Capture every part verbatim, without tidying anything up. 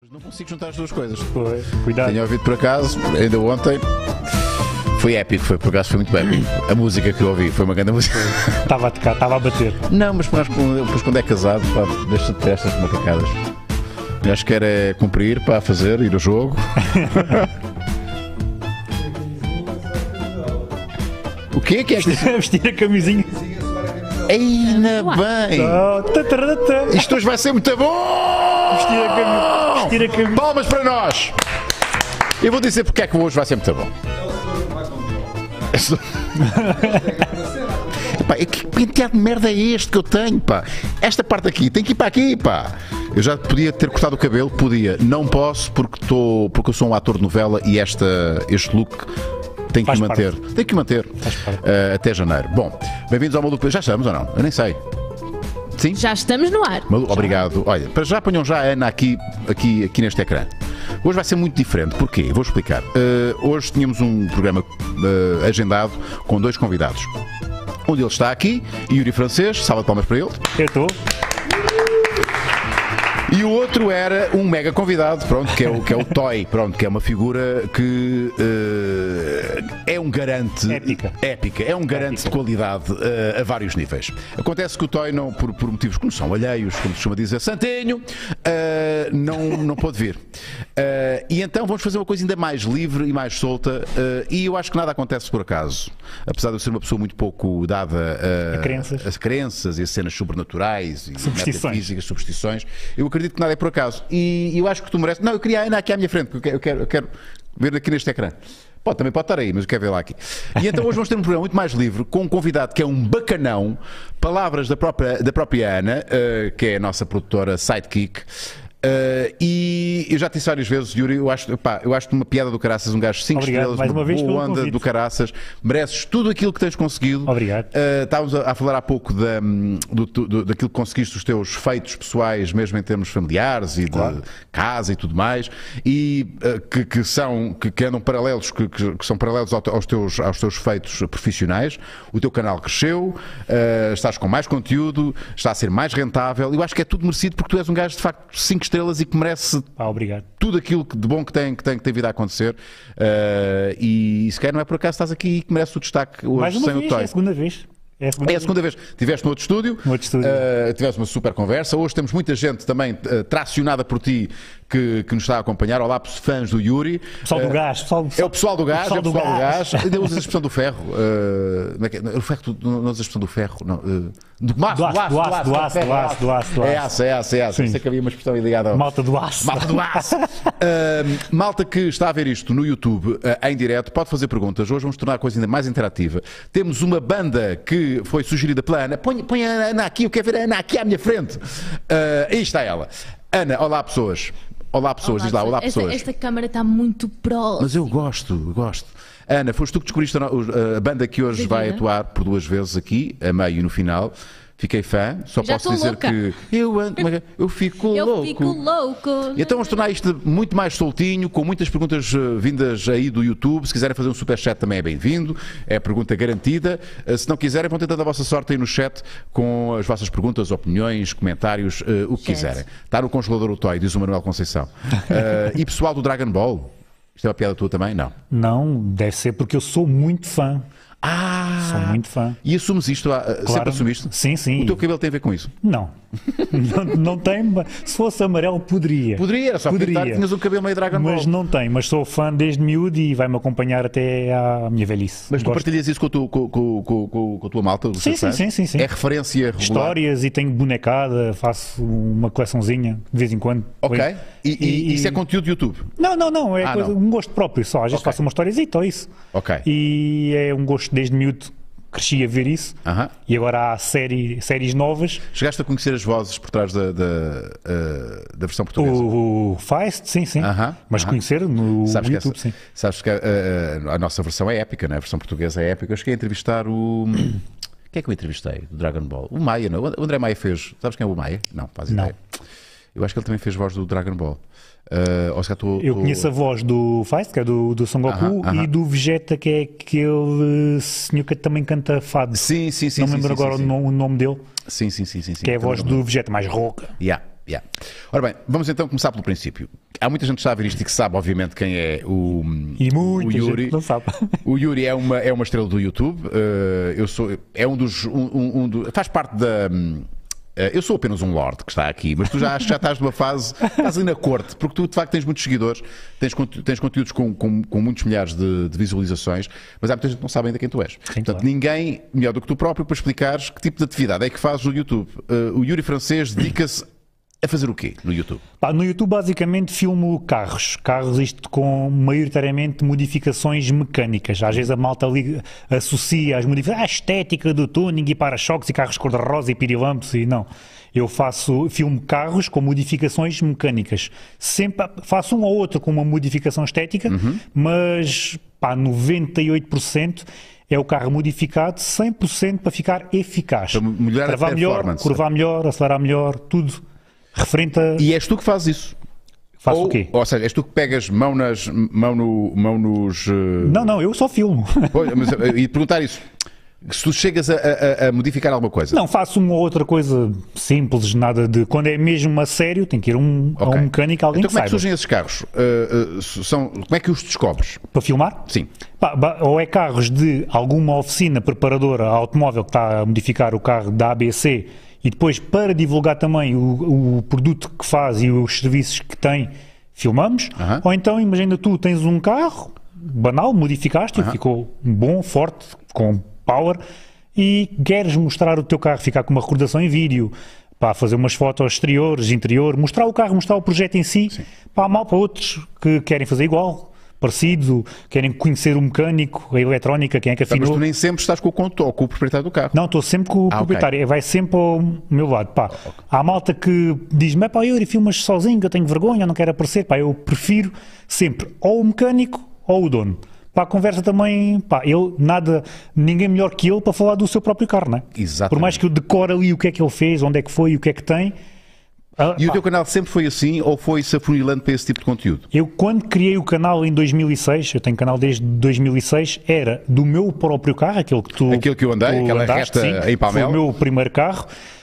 Não consigo juntar as duas coisas. Pois, cuidado. Tinha ouvido por acaso, ainda ontem. Foi épico, foi por acaso, foi muito épico. A música que eu ouvi foi uma grande música. Estava a tocar, estava a bater. Não, mas depois quando é casado, pá, deixa de ter estas macacadas. Eu acho que era cumprir para fazer, ir ao jogo. O quê? Que é que Vestir a camisinha. ainda bem! Oh, tá, tá, tá. Isto hoje vai ser muito bom! Vestir a camisinha. Vestir a camisinha. Palmas para nós! Eu vou dizer porque é que hoje vai ser muito bom. Pá, que penteado de merda é este que eu tenho, pá? Esta parte aqui tem que ir para aqui, pá. Eu já podia ter cortado o cabelo, podia. Não posso porque, tô, porque eu sou um ator de novela e esta, este look tem que manter. Parte. Tem que manter uh, até janeiro. Bom, bem-vindos ao Maluco. Já estamos ou não? Eu nem sei. Sim? Já estamos no ar. Maluco, obrigado. Olha, para já ponham já a Ana aqui, aqui, aqui neste ecrã. Hoje vai ser muito diferente. Porquê? Vou explicar. Uh, hoje tínhamos um programa uh, agendado com dois convidados. Um deles está aqui, Yuri Francês, salva de palmas para ele. Eu estou. E o outro era um mega convidado, pronto, que é o, que é o Toy, pronto, que é uma figura que uh, é um garante épica, épica é um garante épica. de qualidade uh, a vários níveis. Acontece que o Toy, não, por, por motivos que não são alheios, como se costuma dizer, Santinho, uh, não, não pôde vir. Uh, e então vamos fazer uma coisa ainda mais livre e mais solta, uh, e eu acho que nada acontece por acaso. Apesar de eu ser uma pessoa muito pouco dada uh, a crenças. a crenças e a cenas sobrenaturais e superstições. metafísicas, superstições, eu acredito que nada é por acaso. E eu acho que tu mereces. Não, eu queria a Ana aqui à minha frente, porque eu quero, eu quero ver aqui neste ecrã. Pode, também pode estar aí, mas eu quero ver lá aqui. E então hoje vamos ter um programa muito mais livre, com um convidado que é um bacanão, palavras da própria, da própria Ana, uh, que é a nossa produtora sidekick. Uh, e eu já te disse várias vezes, Yuri, eu acho, pá, eu acho-te uma piada do caraças, um gajo cinco estrelas, mais uma, uma vez boa onda do caraças, mereces tudo aquilo que tens conseguido. Obrigado. Uh, estávamos a, a falar há pouco da, do, do, daquilo que conseguiste, os teus feitos pessoais, mesmo em termos familiares e de claro. casa e tudo mais, e uh, que, que são, que, que andam paralelos, que, que, que são paralelos aos teus, aos teus feitos profissionais. O teu canal cresceu, uh, estás com mais conteúdo, está a ser mais rentável. Eu acho que é tudo merecido porque tu és um gajo de facto cinco estrelas e que merece ah, obrigado. tudo aquilo de bom que tem, que tem, que tem vindo a acontecer. Uh, e se calhar não é por acaso estás aqui e que merece o destaque hoje. Mais uma sem vez, o Toy. é a segunda vez. É a segunda, é a segunda vez. vez. Estiveste no outro estúdio, no outro estúdio. Uh, tiveste uma super conversa. Hoje temos muita gente também uh, tracionada por ti que, que nos está a acompanhar. Olá, fãs do Yuri. Pessoal uh, do gás. Pessoal, é o pessoal do gás. pessoal é o pessoal do, do gás. gás. Ainda usas a expressão do ferro. Uh, o ferro, tu não usas a expressão do ferro. Não, uh, do aço, do aço, do aço, do aço, do aço, do aço, do aço. É aço, é aço, é aço. Sei que havia uma expressão ligada ao... Malta do aço. Malta do aço. uh, malta que está a ver isto no YouTube, uh, em direto, pode fazer perguntas. Hoje vamos tornar a coisa ainda mais interativa. Temos uma banda que foi sugerida pela Ana. Põe, põe a Ana aqui, eu quero ver a Ana aqui à minha frente. Uh, aí está ela. Ana, olá pessoas. Olá pessoas, olá, diz lá, olá esta, pessoas. Esta câmara está muito próxima. Mas eu gosto, eu gosto. Ana, foste tu que descobriste a, a banda que hoje vai atuar por duas vezes aqui, a meio e no final. Fiquei fã, só Já posso dizer louca. que eu, eu fico eu louco. Eu fico louco. E então vamos tornar isto muito mais soltinho, com muitas perguntas uh, vindas aí do YouTube. Se quiserem fazer um superchat também é bem-vindo, é pergunta garantida. Uh, se não quiserem, vão tentando a vossa sorte aí no chat com as vossas perguntas, opiniões, comentários, uh, o que chat. quiserem. Está no congelador o Toy, diz o Manuel Conceição. Uh, e pessoal do Dragon Ball, isto é uma piada tua também? Não. Não, deve ser porque eu sou muito fã. Ah! Sou muito fã. E assumes isto? Claro. Sempre assumiste? Sim, sim. O teu cabelo tem a ver com isso? Não. não, não tem, se fosse amarelo poderia. Poderia, era só poderia. que tinhas um cabelo meio Dragon Ball. Mas não tem, mas sou fã desde miúdo e vai-me acompanhar até à minha velhice. Mas tu Gosto. partilhas isso com a tua, com, com, com, com a tua malta? Sim, sim, sim, sim, sim. É referência regular? Histórias e tenho bonecada, faço uma coleçãozinha de vez em quando. Ok. E, e, e isso é conteúdo do YouTube? Não, não, não. É ah, coisa, não. um gosto próprio só. Às vezes okay. faço uma historiazita ou isso. Ok. E é um gosto desde miúdo. Cresci a ver isso uh-huh. e agora há série, séries novas. Chegaste a conhecer as vozes por trás da, da, uh, da versão portuguesa? O, o Feist, sim, sim. Uh-huh. Mas uh-huh. conhecer no sabes YouTube, que sim. Sabes que a, a, a nossa versão é épica, né? A versão portuguesa é épica. Eu cheguei a entrevistar o... Quem é que eu entrevistei do Dragon Ball? O Maia, não? O André Maia fez... Sabes quem é o Maia? Não, faz ideia. Eu acho que ele também fez voz do Dragon Ball. Uh, ou seja, tô, eu tô... conheço a voz do Feist, que é do, do Son Goku, uh-huh, uh-huh. e do Vegeta, que é aquele senhor que também canta fado. Sim, sim, sim. Não sim, me lembro sim, agora sim, o, nome, o nome dele. Sim, sim, sim, sim. Que é a voz do Vegeta mais rouca. Yeah. Yeah. Ora bem, vamos então começar pelo princípio. Há muita gente que está a ver isto e que sabe, obviamente, quem é o, E muita o Yuri. gente não sabe. O Yuri é uma, é uma estrela do YouTube. Uh, eu sou, é um dos. Um, um, um do, faz parte da. Uh, eu sou apenas um lord que está aqui, mas tu já acho que já estás numa fase. Estás ali na corte, porque tu de facto tens muitos seguidores, tens, tens conteúdos com, com, com muitos milhares de, de visualizações, mas há muita gente que não sabe ainda quem tu és. Sim, Portanto, claro. ninguém melhor do que tu próprio para explicares que tipo de atividade é que fazes no YouTube. Uh, o Yuri francês dedica-se a fazer o quê no YouTube? Pá, no YouTube basicamente filmo carros, carros isto com maioritariamente modificações mecânicas. Às vezes a malta ali associa as modificações à estética do tuning e para-choques e carros cor-de-rosa e pirilampos e não. Eu faço filme carros com modificações mecânicas. Sempre faço um ou outro com uma modificação estética, Uhum. mas pá, noventa e oito por cento é o carro modificado cem por cento para ficar eficaz. Para melhorar a Travar melhor, performance. curvar melhor, acelerar melhor, tudo referente a... E és tu que fazes isso? Faço ou, o quê? Ou seja, és tu que pegas mão, nas, mão, no, mão nos... uh, Não, não, eu só filmo. Pois, mas, uh, e perguntar isso, se tu chegas a, a- a modificar alguma coisa. Não, faço uma ou outra coisa simples, nada de... Quando é mesmo a sério, tem que ir um, a Ok. um mecânico, alguém Então que como é que saiba. surgem esses carros? Uh, uh, são, como é que os descobres? Para filmar? Sim. Pá, ba- ou é carros de alguma oficina preparadora automóvel que está a modificar o carro da A B C e depois para divulgar também o, o produto que faz e os serviços que tem, filmamos. Aham. Ou então, imagina tu tens um carro banal, modificaste, ficou bom, forte, com power e queres mostrar o teu carro, ficar com uma recordação em vídeo, para fazer umas fotos exteriores, interior, mostrar o carro, mostrar o projeto em si, para mal para outros que querem fazer igual, parecido, querem conhecer o mecânico, a eletrónica, quem é que Tá, mas afinou. tu nem sempre estás com o condutor ou com o proprietário do carro. Não, estou sempre com o Ah, proprietário, vai sempre ao meu lado. Pá, há malta que diz-me, pá, Yuri, filmas sozinho, que eu tenho vergonha, eu não quero aparecer. Pá, eu prefiro sempre ou o mecânico ou o dono. Pá, a conversa também, pá, ele, nada, ninguém melhor que ele para falar do seu próprio carro, não é? Exatamente. Por mais que eu decore ali o que é que ele fez, onde é que foi e o que é que tem. ah, E o pá, teu canal sempre foi assim ou foi-se afunilando para esse tipo de conteúdo? Eu, quando criei o canal em dois mil e seis, eu tenho canal desde dois mil e seis, era do meu próprio carro, aquele que tu. Aquele que eu andei, tu aquela andaste, reta sim, em Palmela. Foi o meu primeiro carro.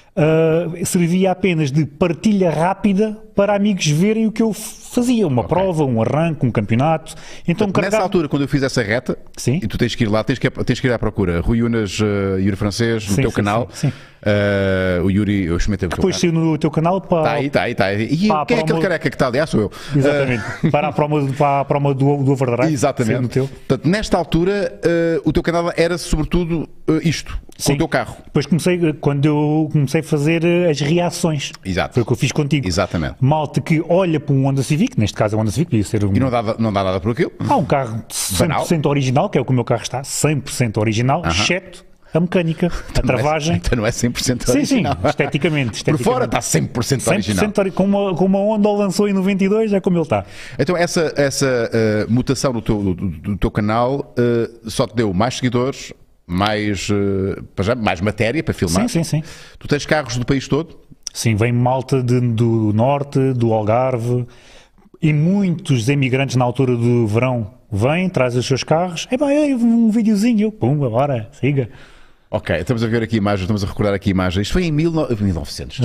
ah, servia apenas de partilha rápida para amigos verem o que eu fazia. Uma prova, um arranque, um campeonato. Então, Nessa carregava- altura, quando eu fiz essa reta, Sim. e tu tens que ir lá, tens que, tens que ir à procura. Rui Unas, uh, Yuri Francês, no Sim, teu sim, canal. sim, sim. Uh, o Yuri, eu experimentei o teu Depois canal. saiu no teu canal para. Está aí, está aí, está aí. E Pá, quem é para o aquele meu- careca que está ali? Ah, sou eu. Exatamente. Para a promo, para a promo do, do Overdrive. Exatamente. saiu no teu. Portanto, nesta altura, uh, o teu canal era sobretudo uh, isto, com Sim. o teu carro. Depois comecei, quando eu comecei a fazer eh, as reações. Exato. Foi o que eu fiz contigo. Exatamente. Malta que olha para um Honda Civic, neste caso é um Honda Civic, podia ser um... E não dá, não dá nada por aquilo. Há um carro cem por cento original, que é o que o meu carro está, cem por cento original, exceto a mecânica, a travagem. Então não é cem por cento Sim, sim, original. esteticamente. Por esteticamente. fora está cem por cento original. cem por cento ori- como, a- como a Honda o lançou em noventa e dois, é como ele está. Então essa, essa uh, mutação do teu, do, do teu canal uh, só te deu mais seguidores, mais, uh, para já, mais matéria para filmar. Sim, sim, sim. Tu tens carros do país todo? Sim, vem malta de- do norte, do Algarve, e muitos imigrantes na altura do verão vêm, trazem os seus carros. É bem, um videozinho, eu, pum, agora, siga. Ok, estamos a ver aqui imagens, estamos a recordar aqui imagens. Isto foi em mil e novecentos.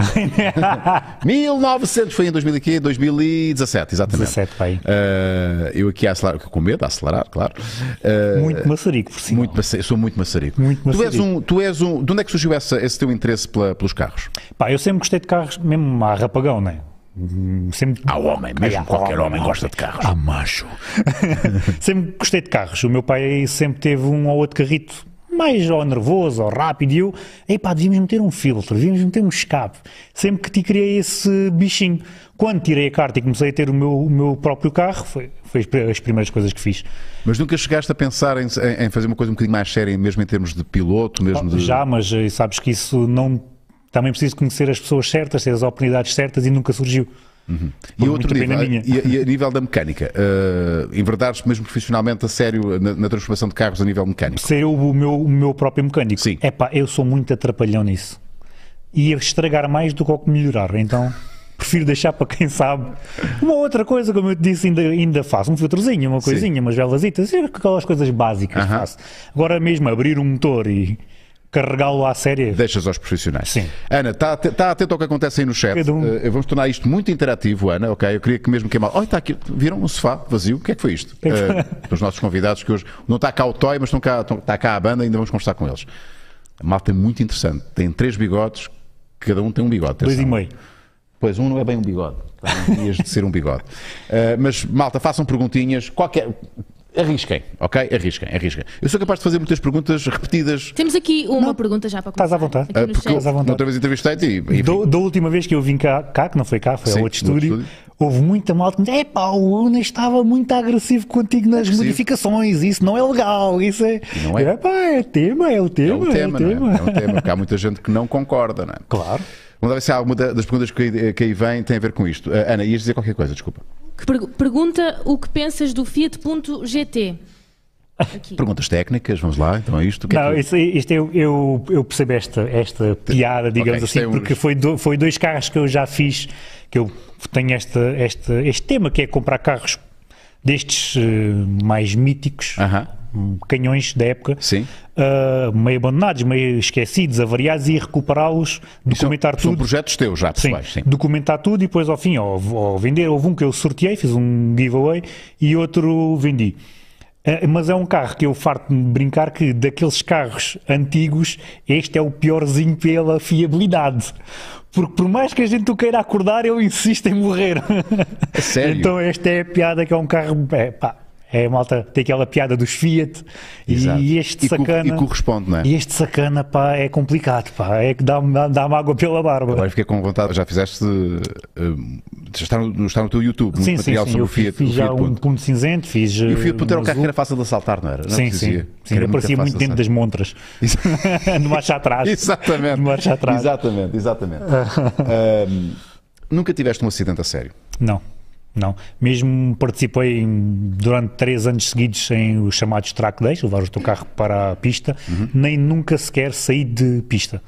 mil e novecentos, foi em dois mil e quê? dois mil e dezassete, exatamente. dezassete, pá aí. Uh, eu aqui a acelerar, com medo, a acelerar, claro. Uh, Muito maçarico, por cima. muito maça- eu sou muito maçarico. Muito Tu és maçarico. um, tu és um. De onde é que surgiu essa, esse teu interesse pela- pelos carros? Pá, eu sempre gostei de carros, mesmo a rapagão, não é? Hum, Sempre... Há homem, mesmo Ah, qualquer homem, homem gosta de carros. Ah, macho. Sempre gostei de carros. O meu pai sempre teve um ou outro carrito mais ou nervoso ou rápido e eu, epá, devíamos meter um filtro, devíamos meter um escape. Sempre que te criei esse bichinho. Quando tirei a carta e comecei a ter o meu, o meu próprio carro, foi, foi as primeiras coisas que fiz. Mas nunca chegaste a pensar em, em fazer uma coisa um bocadinho mais séria, mesmo em termos de piloto, mesmo de... Já, mas eh, sabes que isso não... Também preciso conhecer as pessoas certas, ter as oportunidades certas e nunca surgiu. E outro muito bem nível, na minha. e, e a nível da mecânica, uh, enverdares mesmo profissionalmente a sério na, na transformação de carros a nível mecânico? Ser eu o meu, o meu próprio mecânico. Sim. Epá, eu sou muito atrapalhão nisso. Ia estragar mais do que ao que melhorar, então prefiro deixar para quem sabe. Uma outra coisa, como eu te disse, ainda, ainda faço. Um filtrozinho, uma coisinha, umas velvazitas, aquelas coisas básicas Aham. faço. Agora mesmo abrir um motor e carregá-lo à série. Deixas aos profissionais. Sim. Ana, está tá atento ao que acontece aí no chat. Cada um. Uh, vamos tornar isto muito interativo, Ana, ok? Eu queria que mesmo que a malta... Olha, está aqui, viram um sofá vazio? O que é que foi isto? Uh, os nossos convidados que hoje... Não está cá o Toy, mas estão cá, estão, está cá a banda, ainda vamos conversar com eles. A malta é muito interessante. Tem três bigodes, cada um tem um bigode. Dois atenção. e meio. Pois, um não é bem um bigode. Não tinhas de ser um bigode. Uh, mas, malta, façam perguntinhas. Qualquer... Arrisquem, ok? Arrisquem, arrisquem. Eu sou capaz de fazer muitas perguntas repetidas. Temos aqui uma pergunta já para começar. Estás à vontade. Aqui no Uh, porque chat. eu, Estás à vontade. outra vez entrevistei-te e... enfim. Da, da última vez que eu vim cá, cá, que não foi cá, foi Sim, ao outro no outro estúdio, estúdio. houve muita malta que me disse: epá, o Una estava muito agressivo contigo nas Agressivo. modificações, isso não é legal, isso é... não é. Eu, epá, é tema, é o É tema, um tema, é o não tema. é? É um tema, porque há muita gente que não concorda, não é? Claro. Vamos lá ver se há alguma da- das perguntas que aí, que aí vem tem a ver com isto. Uh, Ana, ias dizer qualquer coisa, desculpa. Que pergu- Pergunta o que pensas do Fiat Punto G T. Aqui. Perguntas técnicas, vamos lá, então é isto. O que é Não, que- isto, isto eu, eu, eu percebo esta, esta piada, digamos ok, isto assim, é um- porque foi, do- foi dois carros que eu já fiz, que eu tenho esta, esta, este tema, que é comprar carros destes eh, mais míticos, Aham. hum, canhões da época, Sim. ah, meio abandonados, meio esquecidos, avariados, e recuperá-los, documentar São tudo. projetos teus já, Sim, pessoais. Sim. documentar tudo e depois ao fim, ao, ao vender, houve um que eu sorteei, fiz um giveaway e outro vendi. Eh, mas é um carro que eu farto-me de brincar que daqueles carros antigos, este é o piorzinho pela fiabilidade. Porque por mais que a gente o queira acordar, ele insiste em morrer. A sério? Então esta é a piada, que é um carro... É, pá, é, malta, tem aquela piada dos Fiat Exato. e este E co- sacana... e corresponde, não é? E este sacana, pá, é complicado, pá, é que dá-me dá, dá-me água pela barba. Agora fiquei com vontade, já fizeste. Uh, já está, no, está no teu YouTube, muito Sim, sim, material sim, sobre eu o Fiat, fiz o já Fiat um Punto. ponto cinzento, fiz... E o Fiat Punto era um um carro que azul. era fácil de assaltar, não era? Não Sim, dizia. sim, sim, Era ele parecia fácil muito de dentro das assaltar. montras, de marcha atrás. Exatamente. De marcha atrás. Exatamente, exatamente. Ahm, nunca tiveste um acidente a sério? Não, não. Mesmo participei em- durante três anos seguidos em os chamados track days, levar o teu carro para a pista, Uhum. nem nunca sequer saí de pista.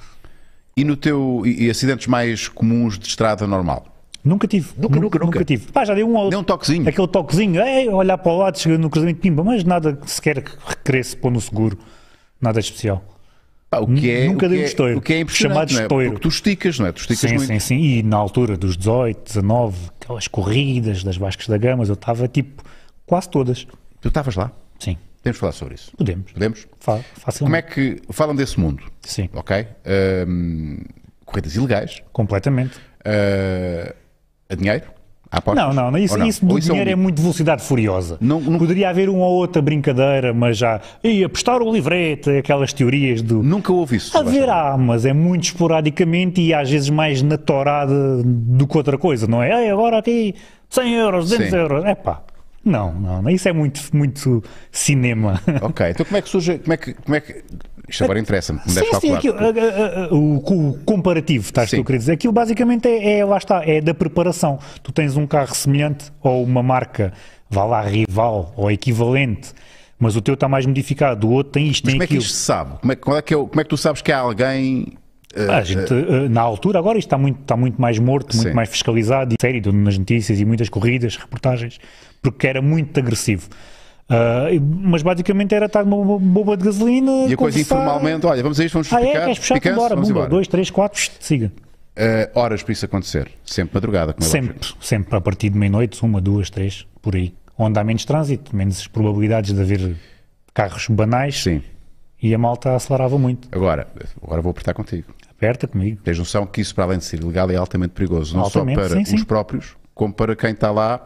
E no teu. E, e acidentes mais comuns de estrada normal? Nunca tive. Nunca, nunca, nunca. tive. Pá, já dei um, Deu um toquezinho. aquele toquezinho, é, olhar para o lado, chegando no cruzamento, pimba, mas nada sequer que queresse pôr no seguro. Nada especial. Pá, o que é, Nunca o dei que um é, estouro. o que é impressionante, Chamado não é? estouro. Porque tu esticas, não é? Tu esticas Sim, muito. sim, sim. E na altura dos dezoito, dezanove, aquelas corridas das Vascos da Gama, eu estava tipo quase todas. Tu estavas lá? Sim, Temos de falar sobre isso. podemos. Podemos? Fa Como facilmente. é que. Falam desse mundo, Sim, ok? Ahm, corridas ilegais, completamente. ah, a dinheiro, a apostas? Não, não, não, isso, Ou não? isso do Ou isso é um dinheiro é mito? muito velocidade furiosa. Não- não- Poderia haver uma ou outra brincadeira, mas já. E apostar o livrete, aquelas teorias do. Nunca houve isso. Haverá, mas é muito esporadicamente e às vezes mais na torada do que outra coisa, não é? Ei, agora aqui cem euros, duzentos Sim. euros. É pá. Não, não, isso é muito, muito cinema. Ok, então como é que surge. Como é que. Como é que isto agora interessa-me, me deves Sim, sim, calcular. aquilo, a- a- a- o, o comparativo, estás Sim. tu a querer dizer? Aquilo basicamente é, é, lá está, é da preparação. Tu tens um carro semelhante ou uma marca, vá lá, rival ou equivalente, mas o teu está mais modificado, o outro tem isto, Mas tem como é que aquilo. isto se sabe? Como é, qual é que é o- como é que tu sabes que há alguém. A gente, eh, na altura, agora isto está muito, está muito mais morto, muito Sim. mais fiscalizado, e sério, dando nas notícias e muitas corridas, reportagens, porque era muito agressivo. Ah, e- mas basicamente era estar numa bomba de gasolina. E a coisa conversar. informalmente, olha, vamos a isto, vamos Ah, é, picar, queres puxar? picância, Bora, vamos bumba, embora. dois, três, quatro, siga. Uh, horas para isso acontecer, sempre madrugada, como é Sempre, lógico. sempre a partir de meia-noite, uma, duas, três, por aí. Onde há menos trânsito, menos probabilidades de haver carros banais. Sim. E a malta acelerava muito. Agora, agora vou apertar contigo. Aperta comigo. Tens noção que isso, para além de ser ilegal, é altamente perigoso, não Altamente, só para sim, sim. os próprios, como para quem está lá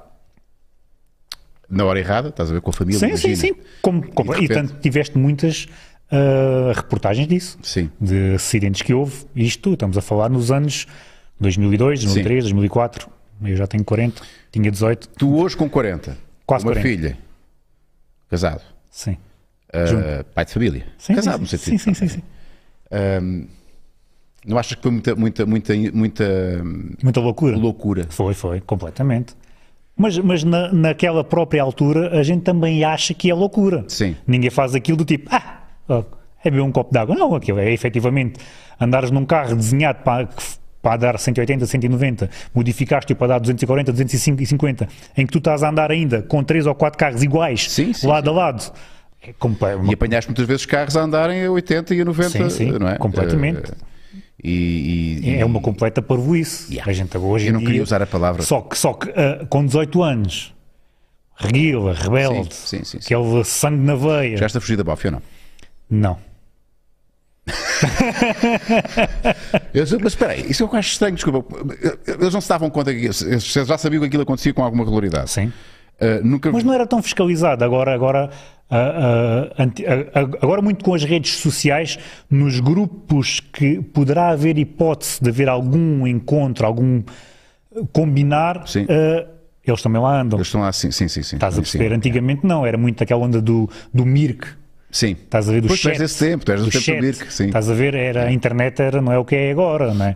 na hora errada, estás a ver, com a família. Sim, sim, imagina. sim. Como, como- de e, repente- tanto tiveste muitas ah, reportagens disso. Sim. De acidentes que houve. Isto, estamos a falar nos anos dois mil e dois, dois mil e três, dois mil e quatro. Eu já tenho quarenta, tinha dezoito. Tu hoje com quarenta, Quase uma quarenta. filha, casado, Sim. uh, pai de família, Sim, casado, sim, no sim, sentido. sim, sim, sim. Um, não achas que foi muita, muita, muita, muita Muita loucura. loucura? Foi, foi, completamente. Mas, mas na, naquela própria altura a gente também acha que é loucura. Sim. Ninguém faz aquilo do tipo, ah, ó, é beber um copo de água. Não, aquilo é efetivamente andares num carro desenhado para, para dar cento e oitenta, cento e noventa, modificaste-o para dar duzentos e quarenta, duzentos e cinquenta, em que tu estás a andar ainda com três ou quatro carros iguais, Sim, sim, lado a lado. É compa- E uma- apanhaste muitas vezes carros a andarem a oitenta e a noventa, Sim, sim, não é? completamente. Eh, e, e- É uma completa parvoíce. Yeah. A gente hoje Eu em não queria dia- usar a palavra. Só que, só que ah, com dezoito anos, reguila, rebelde, Sim, sim, sim, sim. aquele sangue na veia. Já está a fugir da bófia ou não? Não. Eu, mas espera aí, isso é o que eu acho estranho, desculpa. Eles não se davam conta que eles já sabiam que aquilo acontecia com alguma regularidade. Sim. Uh, nunca... Mas não era tão fiscalizado. Agora, agora, ah, ah, anti- ah, ah, agora muito com as redes sociais, nos grupos que poderá haver hipótese de haver algum encontro, algum combinar, Sim. ah, eles também lá andam. Eles estão lá, sim, sim, sim. sim. Estás a Sim, perceber? sim. Antigamente não, era muito aquela onda do, do Mirk. Sim. Estás a ver do Pois, tu és chat. desse tempo, tu és do tempo do chat. Mirk, sim. Estás a ver, era, a internet era, não é o que é agora, não é?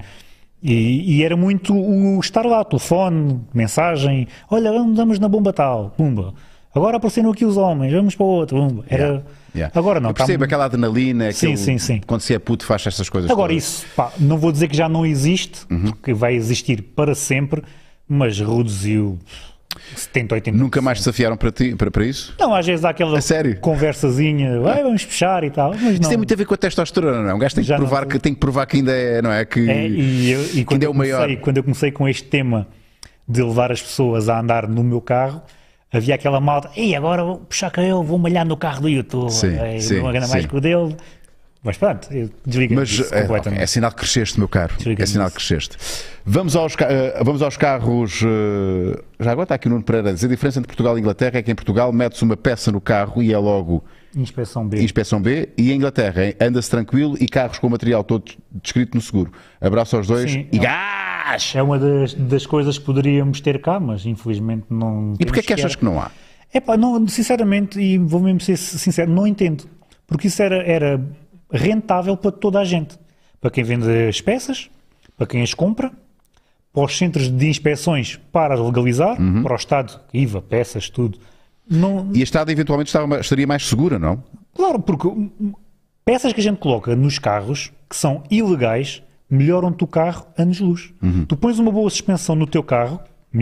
E, e era muito o estar lá, telefone, mensagem, olha, andamos na bomba tal, pumba. Agora apareceram aqui os homens, vamos para o outro, pumba. Era... Yeah, yeah. Agora não. Eu percebo está- aquela adrenalina, Sim, aquele- sim, sim. quando se é puto faz estas coisas Agora todas. isso, pá, não vou dizer que já não existe, Uhum. porque vai existir para sempre, mas reduziu setenta, oitenta por cento. Nunca mais te desafiaram para, ti, para, para isso? Não, às vezes há aquela A sério? conversazinha, vai, vamos fechar e tal, mas Isso não. tem muito a ver com a testosterona, não é? Um gajo tem que, Já não provar sei. que, tem que provar que ainda é, não é? Que, É, e, eu, e que quando, ainda é eu o maior. comecei, quando eu comecei com este tema de levar as pessoas a andar no meu carro, havia aquela malta, e agora vou puxar que eu vou malhar no carro do YouTube, Sim, é, sim, não ganha mais sim. que o dele. Mas pronto, eu desliguei Mas isso é, completamente. é sinal que cresceste, meu caro. Desliga-me É sinal isso. que cresceste. Vamos aos, ca- eh, vamos aos carros. eh, Já agora está aqui o Nuno Pereira a dizer: a diferença entre Portugal e Inglaterra é que em Portugal mete-se uma peça no carro e é logo Inspeção B. inspeção B, e em Inglaterra hein, anda-se tranquilo e carros com o material todo descrito no seguro. Abraço aos dois Sim, e é- gás! É uma das, das coisas que poderíamos ter cá, mas infelizmente não. E porquê é que achas que não há? É pá, não, sinceramente, e vou mesmo ser sincero, não entendo. Porque isso era, era rentável para toda a gente. Para quem vende as peças, para quem as compra, para os centros de inspeções para legalizar, Uhum. para o Estado, I V A, peças, tudo. Não, E a estrada eventualmente estava- estaria mais segura, não? claro, porque hum, peças que a gente coloca nos carros que são ilegais melhoram-te o carro anos-luz. Uhum. Tu pões uma boa suspensão no teu carro,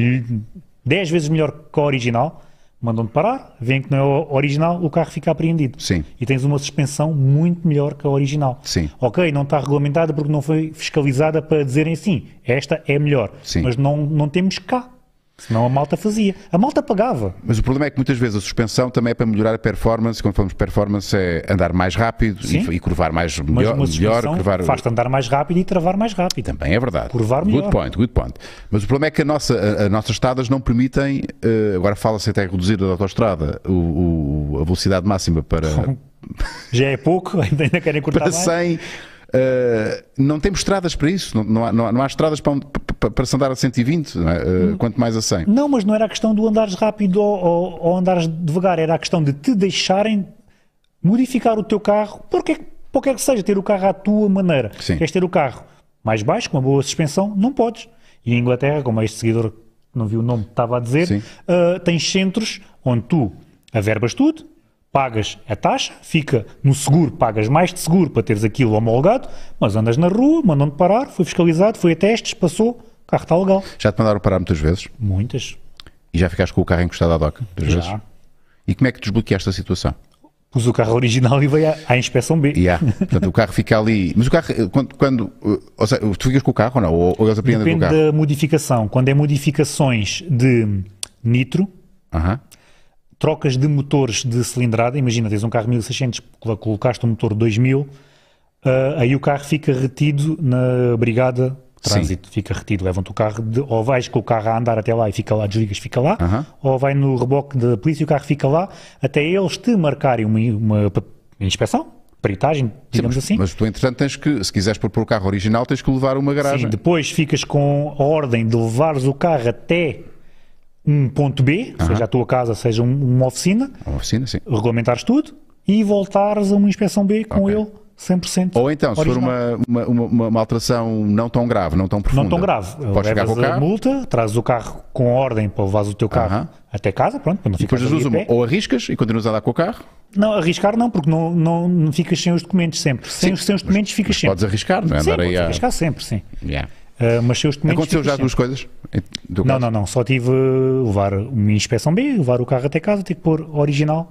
dez vezes melhor que a original, mandam-te parar, veem que não é o original, o carro fica apreendido. Sim. E tens uma suspensão muito melhor que a original. Sim. Ok, não está regulamentada porque não foi fiscalizada para dizerem assim, esta é melhor. Sim. Mas não, não temos cá. Senão a malta fazia. A malta pagava. Mas o problema é que muitas vezes a suspensão também é para melhorar a performance. Quando falamos de performance, é andar mais rápido Sim. e, e curvar mais Mas melhor. uma melhor suspensão curvar... faz-te andar mais rápido e travar mais rápido. Também é verdade. Curvar Good melhor. point, good point. Mas o problema é que a nossa, a, a nossas estradas não permitem, eh, agora fala-se até reduzir a autoestrada, o, o- a velocidade máxima para, Já é pouco, ainda, ainda querem cortar para mais. cem. eh, não temos estradas para isso. Não, não há, não há- não há estradas para, um- para- para se andar a cento e vinte, não é? Hum. Eh, quanto mais a cem. Não, mas não era a questão do andares rápido ou, ou, ou andares devagar, era a questão de te deixarem modificar o teu carro, porque qualquer que seja, ter o carro à tua maneira. Sim. Queres ter o carro mais baixo, com uma boa suspensão, não podes. E em Inglaterra, como este seguidor, não viu o nome, estava a dizer, Sim. ah, tens centros onde tu averbas tudo, pagas a taxa, fica no seguro, pagas mais de seguro para teres aquilo homologado, mas andas na rua, mandam-te parar, foi fiscalizado, foi a testes, passou, o carro está legal. Já te mandaram parar muitas vezes Muitas. e já ficaste com o carro encostado à doca? Muitas Já. vezes. E como é que desbloqueaste a situação? Pus o carro original e veio à, à inspeção B. E há, portanto, o carro fica ali. Mas o carro, eh, quando. quando eh, ou seja, tu ficas com o carro ou não? Ou, ou eles apreendem com o Depende carro? da modificação. Quando é modificações de nitro, Aham. trocas de motores de cilindrada, imagina, tens um carro mil e seiscentos, colo- colocaste um motor dois mil, ah, aí o carro fica retido na brigada de trânsito, fica retido, levam-te o carro, de, ou vais com o carro a andar até lá e fica lá, desligas, fica lá, Aham. ou vai no reboque da polícia e o carro fica lá, até eles te marcarem uma, uma pa- inspeção, peritagem, digamos mas, assim. mas tu, entretanto, tens que, se quiseres pôr o carro original, tens que levar uma garagem. Sim, depois ficas com a ordem de levares o carro até um ponto B, seja a tua casa, seja um- uma oficina, Uma oficina, sim. regulamentares tudo e voltares a uma inspeção B com Ok. ele cem por cento Ou então, se original. for uma, uma, uma, uma alteração não tão grave, não tão profunda. Não tão grave. Podes ficar Levas com o a carro. multa, trazes o carro com ordem para levares o teu carro Aham. até casa, pronto, para não E depois ficar das duas, ali a uma, pé. ou arriscas e continuas a andar com o carro, Não, arriscar não, porque não, não, não ficas sem os documentos sempre. Sem, os- sem os documentos ficas sempre. podes arriscar, não é? Sim, Andar aí podes a... arriscar sempre, sim. Yeah. Ah, mas sem os documentos Aconteceu já ficas duas sempre. coisas? em teu Não, caso? não, não. Só tive uh, levar uma inspeção B, levar o carro até casa, ter que pôr original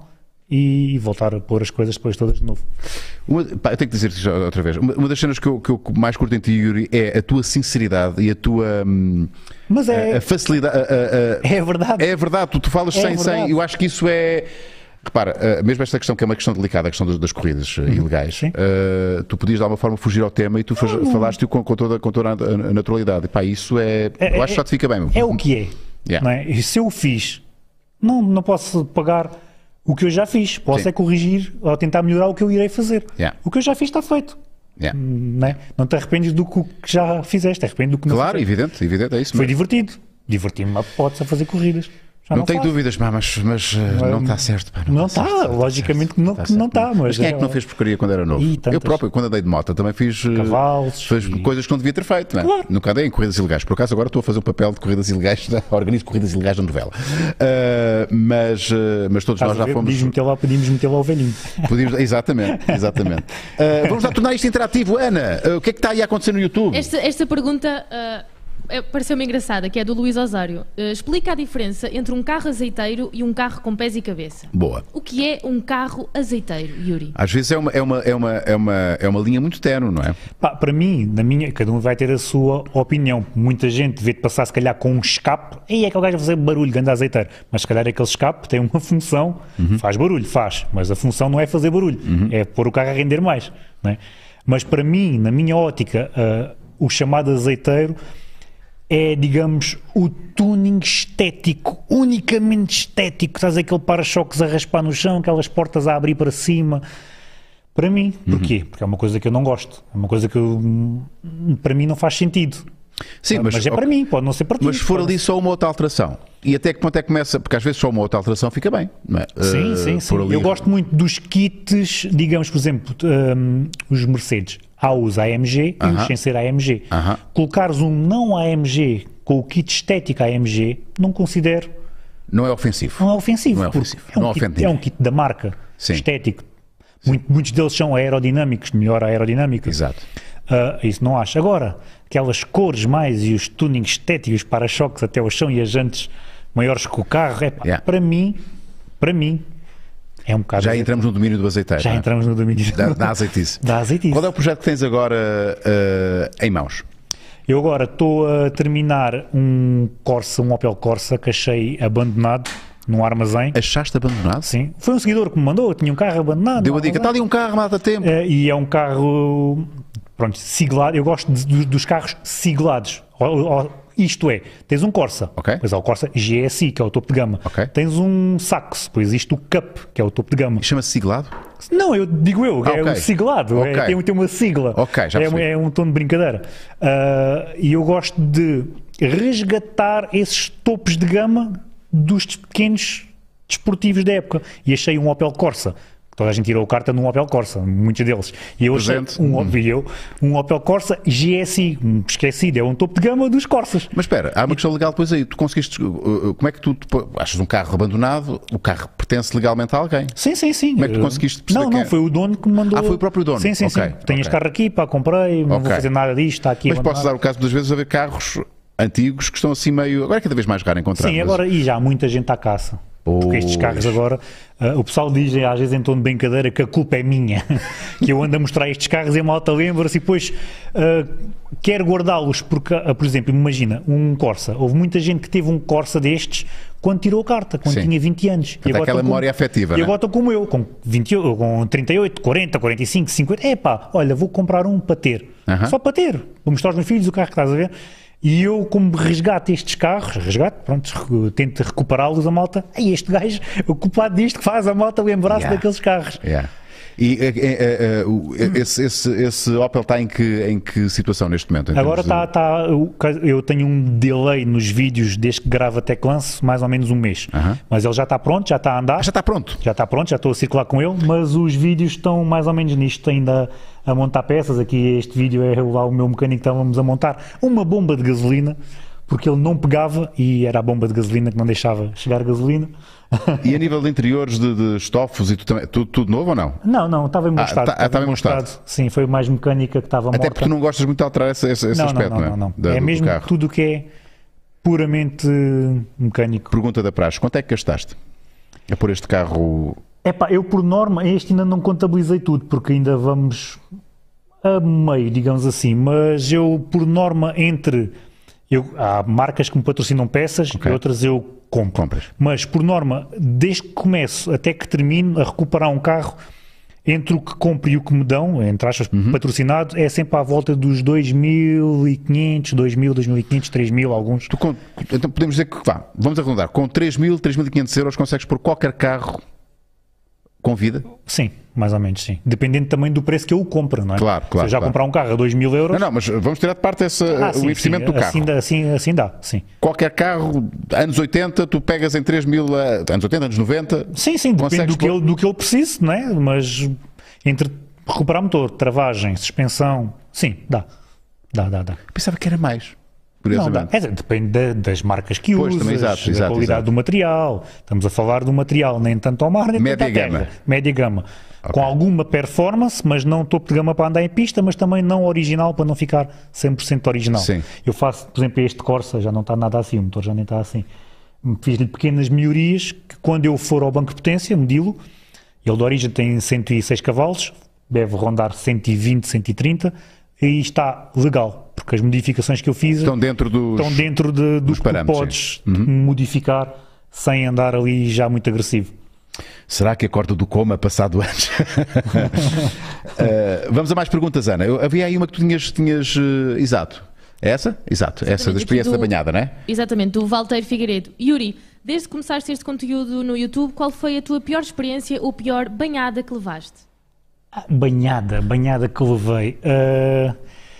e voltar a pôr as coisas depois todas de novo. Uma, pá, eu tenho que dizer isto outra vez. Uma, uma das cenas que eu, que eu mais curto em ti, Yuri, é a tua sinceridade e a tua hum, Mas é, a, a facilidade. A, a, a, é verdade. é verdade, tu, tu falas É sem, sem. verdade. Eu acho que isso é. Repara, uh, mesmo esta questão que é uma questão delicada, a questão das, das corridas uh, ilegais, uh, tu podias de alguma forma fugir ao tema e tu faz, falaste-o com, com toda, com toda a, a naturalidade. E, pá, isso é. É, eu acho que só te fica bem. Meu. É o que é. Yeah. Não é? E se eu o fiz, não, não posso pagar o que eu já fiz. Posso Sim. é corrigir ou tentar melhorar o que eu irei fazer. Yeah. O que eu já fiz está feito. Yeah. Não, é? Não te arrependes do que já fizeste, arrependes do que não Claro, fizeste. evidente, evidente, é isso. Foi mesmo. divertido. Diverti-me a potes a fazer corridas. Já Não, não tenho faço. dúvidas, pá, mas, mas uh, não está certo. Pá, Não tá está, certo, logicamente que não tá que não certo. está. Mas quem é que não é- fez porcaria quando era novo? Ih, tantas. Eu próprio, quando andei de moto, também fiz uh, Cavalos fiz e- coisas que não devia ter feito. Não é? Claro. Nunca andei em corridas ilegais. Por acaso, agora estou a fazer um papel de corridas ilegais, da- organizo corridas ilegais da novela. Uh, mas, uh, mas todos Estás nós a já ver? fomos. Podíamos meter lá, podíamos meter lá o velhinho. Podíamos, exatamente, exatamente. Uh, vamos lá tornar isto interativo. Ana, uh, o que é que está aí a acontecer no YouTube? Esta, esta pergunta ah, é- pareceu-me engraçada, que é do Luís Osório. Ah, explica a diferença entre um carro azeiteiro e um carro com pés e cabeça. Boa. O que é um carro azeiteiro, Yuri? Às vezes é uma, é, uma, é, uma, é, uma, é uma linha muito tenue, não é? Pá, para mim, na minha, cada um vai ter a sua opinião. Muita gente vê-te passar, se calhar, com um escape. E é aquele gajo a fazer barulho, ganda azeiteiro. Mas se calhar aquele escape tem uma função, faz barulho, faz. Mas a função não é fazer barulho, é pôr o carro a render mais. Não é? Mas para mim, na minha ótica, ah, o chamado azeiteiro é, digamos, o tuning estético, unicamente estético. Estás aquele para-choques a raspar no chão, aquelas portas a abrir para cima. Para mim, porquê? Porque é uma coisa que eu não gosto. É uma coisa que eu, para mim não faz sentido. Sim, mas, é para mim, pode não ser para ti. Mas se for pode- ali só uma outra alteração, e até que ponto é que começa, porque às vezes só uma outra alteração fica bem, não é? Sim, Uh, sim, sim. por ali- Eu gosto muito dos kits, digamos, por exemplo, um, os Mercedes. Há os A M G e Aham. os sem ser A M G. Aham. Colocares um não A M G com o kit estético A M G, não considero, Não é ofensivo. não é ofensivo. Não é porque ofensivo, É um, não kit, ofende é um ninguém. kit da marca, Sim. estético. Muito- muitos deles são aerodinâmicos, melhor aerodinâmica. Exato. Ah, isso não acho. Agora, aquelas cores mais e os tunings estéticos, para-choques até ao chão e as jantes maiores que o carro, é pá, Yeah. para mim, para mim, é um bocado... Já entramos no domínio do azeiteiro. Já não é? entramos no domínio Da, da azeitice. da azeitice. Qual é o projeto que tens agora uh, em mãos? Eu agora estou a terminar um Corsa, um Opel Corsa que achei abandonado num armazém. Achaste abandonado? Sim. Foi um seguidor que me mandou, tinha um carro abandonado. Deu a num dica, está armazém. ali um carro, mata tempo. Eh, e é um carro, pronto, siglado. Eu gosto de- dos- dos carros siglados. Ou- ou- Isto é, tens um Corsa, Ok. depois há o Corsa G S I, que é o topo de gama. Ok. Tens um Saxo, depois existe o Cup, que é o topo de gama. Chama-se siglado? Não, eu digo eu, Ah, é ok. um siglado, é- Ok. tem, tem uma sigla. Ok, já é, percebi. é um tom de brincadeira. Ah, e eu gosto de resgatar esses topos de gama dos pequenos desportivos da época. E achei um Opel Corsa. Toda a gente tirou carta num Opel Corsa, muitos deles. E eu achei Presente. um, Opel- eu, um Opel Corsa G S I, um esquecido, é um topo de gama dos Corsas. Mas espera, há uma questão legal depois aí. Tu conseguiste. uh, uh, Como é que tu. tu achas um carro abandonado, o carro pertence legalmente a alguém? Sim, sim, sim. Como é que tu conseguiste perceber Não, quem não, é? foi o dono que me mandou. Ah, foi o próprio dono? Sim, sim, Ok, sim. Tenho ok. este carro aqui, pá, comprei, não Ok. vou fazer nada disto, está aqui. Mas posso dar abandonado. o caso muitas vezes a ver carros antigos que estão assim meio. Agora é cada vez mais raro encontrar. Sim, mas- agora, e já há muita gente à caça. Porque estes carros agora, ah, o pessoal diz às vezes em tom de brincadeira que a culpa é minha, que eu ando a mostrar estes carros e a malta lembra-se e depois ah, quer guardá-los, porque, ah, por exemplo, imagina, um Corsa, houve muita gente que teve um Corsa destes quando tirou a carta, quando Sim. tinha vinte anos. Portanto, aquela estão memória afetiva, E né? agora estão como eu, com, vinte, com trinta e oito, quarenta, quarenta e cinco, cinquenta, epá, olha, vou comprar um para ter, Aham. só para ter, vou mostrar aos meus filhos o carro que estás a ver. E eu, como resgato estes carros, resgato, pronto, recu- tento recuperá-los a malta. E este gajo, o culpado disto que faz a malta lembrar-se Yeah. daqueles carros. Yeah. E eh, eh, eh, o- esse, esse, esse Opel está em que, em que situação neste momento? em Agora termos está, de- está, eu tenho um delay nos vídeos desde que gravo até que lance, mais ou menos um mês. Aham. Mas ele já está pronto, já está a andar. Ah, já está pronto. Já está pronto, já estou a circular com ele, mas os vídeos estão mais ou menos nisto, ainda a montar peças. Aqui este vídeo é lá o meu mecânico que estávamos a montar uma bomba de gasolina, porque ele não pegava e era a bomba de gasolina que não deixava chegar gasolina. E a nível de interiores, de, de estofos e tu também, tudo, tudo novo ou não? Não, não, estava em bom Ah, estado. tá- ah, estava em bom estado. Sim, foi mais mecânica que estava Até morta. porque tu não gostas muito de alterar esse, esse, esse não, aspecto, não, não, não, é? não. Da- É do mesmo carro. tudo o que é puramente mecânico. Pergunta da praxe, quanto é que gastaste a pôr este carro Epá, eu por norma, este ainda não contabilizei tudo, porque ainda vamos a meio, digamos assim, mas eu por norma entre, eu, há marcas que me patrocinam peças okay. e outras eu compro, Compras. Mas por norma, desde que começo até que termino a recuperar um carro, entre o que compro e o que me dão, entre aspas, uhum. patrocinado, é sempre à volta dos dois mil e quinhentos, dois mil, dois mil e quinhentos, três mil, alguns. Tu, com, então podemos dizer que, vá, vamos arredondar, com três mil, três mil e quinhentos euros consegues pôr qualquer carro com vida? Sim, mais ou menos, sim. Dependendo também do preço que eu o compro, não é? Claro, claro. Se eu já claro. comprar um carro a dois mil euros... Não, não, mas vamos tirar de parte essa, ah, sim, o investimento sim, do carro. Assim dá, assim, assim dá, sim. Qualquer carro, anos oitenta, tu pegas em três mil, anos oitenta, anos noventa... Sim, sim, depende do que, ele, do que ele precise, não é? Mas entre recuperar motor, travagem, suspensão, sim, dá. Dá, dá, dá. Pensava que era mais. Não, dá. É, depende de, das marcas que pois, usas, também, exato, da exato, qualidade exato. do material. Estamos a falar de um material nem tanto ao mar, nem média tanto à terra. Gama. Média gama. Okay. Com alguma performance, mas não topo de gama para andar em pista, mas também não original, para não ficar cem por cento original. Sim. Eu faço, por exemplo, este Corsa, já não está nada assim, o motor já nem está assim. Fiz-lhe pequenas melhorias, que quando eu for ao banco de potência, medi-lo, ele de origem tem cento e seis cavalos, deve rondar cento e vinte, cento e trinta, e está legal, porque as modificações que eu fiz estão dentro dos, estão dentro de, dos que podes uhum. modificar sem andar ali já muito agressivo. Será que acorda do coma passado anos? uh, vamos a mais perguntas, Ana. Eu, havia aí uma que tu tinhas, tinhas uh, exato. É essa? Exato, exatamente. Essa da experiência do, da banhada, não é? Exatamente, do Valteiro Figueiredo. Yuri, desde que começaste este conteúdo no YouTube, qual foi a tua pior experiência ou pior banhada que levaste? Banhada, banhada que levei. Uh,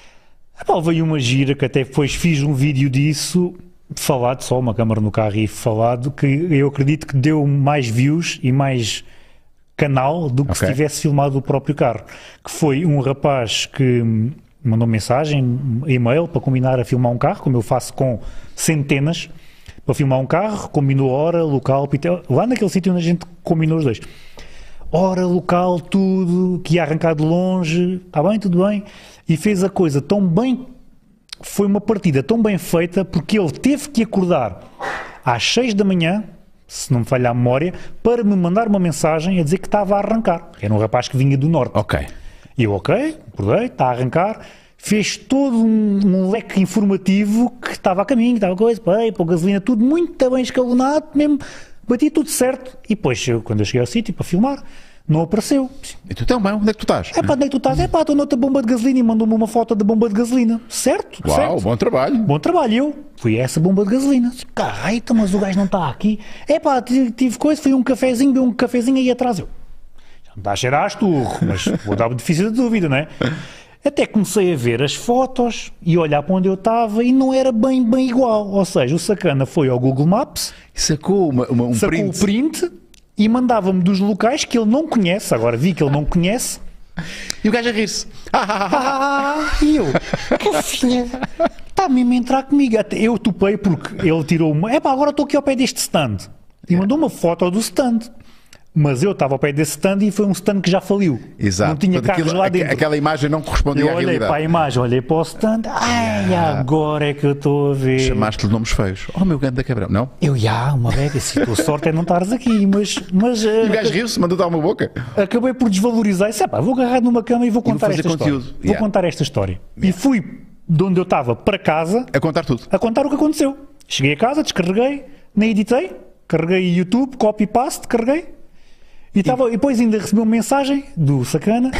levei uma gira que até depois fiz um vídeo disso, falado, só uma câmara no carro e falado, que eu acredito que deu mais views e mais canal do que okay. se tivesse filmado o próprio carro. Que foi um rapaz que mandou mensagem, e-mail, para combinar a filmar um carro, como eu faço com centenas, para filmar um carro, combinou hora, local, pitel, lá naquele sítio onde a gente combinou os dois. Hora, local, tudo, que ia arrancar de longe, está bem, tudo bem, e fez a coisa tão bem, foi uma partida tão bem feita, porque ele teve que acordar às seis da manhã, se não me falha a memória, para me mandar uma mensagem a dizer que estava a arrancar. Era um rapaz que vinha do norte. Ok. E eu, ok, acordei, está a arrancar, fez todo um, um leque informativo que estava a caminho, estava coisa, para a gasolina, tudo muito bem escalonado, mesmo... Bati tudo certo e depois, eu, quando eu cheguei ao sítio para filmar, não apareceu. E tu também, onde é que tu estás? É pá, onde é que tu estás? É pá, estou noutra bomba de gasolina e mandou-me uma foto da bomba de gasolina. Certo? Uau, certo. Bom trabalho. Bom trabalho. Eu fui a essa bomba de gasolina. Caralho, mas o gajo não está aqui. É pá, tive coisa, fui um cafezinho, bebi um cafezinho aí atrás. Eu, já não está a cheirar a esturro, mas vou dar o benefício da dúvida, não é? Até comecei a ver as fotos e olhar para onde eu estava e não era bem, bem igual. Ou seja, o sacana foi ao Google Maps, sacou, uma, uma, um sacou print. o print e mandava-me dos locais que ele não conhece. Agora vi que ele não conhece. E o gajo a rir-se. Ah, e eu, que filha, está mesmo a entrar comigo. Até eu topei porque ele tirou uma. É pá, agora estou aqui ao pé deste stand. E mandou uma foto do stand. Mas eu estava ao pé desse stand e foi um stand que já faliu. Exato. Não tinha Portanto, carros aquilo, lá dentro. Aquela imagem não correspondia eu à realidade. Eu olhei para a imagem, olhei para o stand. Ai, agora é que eu estou a ver. Chamaste-lhe nomes feios. Oh, meu grande cabrão. Não? Eu, já, uma vez, se a tua sorte é não estares aqui. Mas, mas, e o gajo riu-se, mandou dar uma boca. Acabei por desvalorizar. Disse, pá, vou agarrar numa cama e vou contar vou esta conteúdo. história. Yeah. Vou contar esta história. Yeah. E fui de onde eu estava para casa. A contar tudo. A contar o que aconteceu. Cheguei a casa, descarreguei, nem editei. Carreguei YouTube, copy-paste, carreguei. E, tava, e depois ainda recebi uma mensagem do sacana,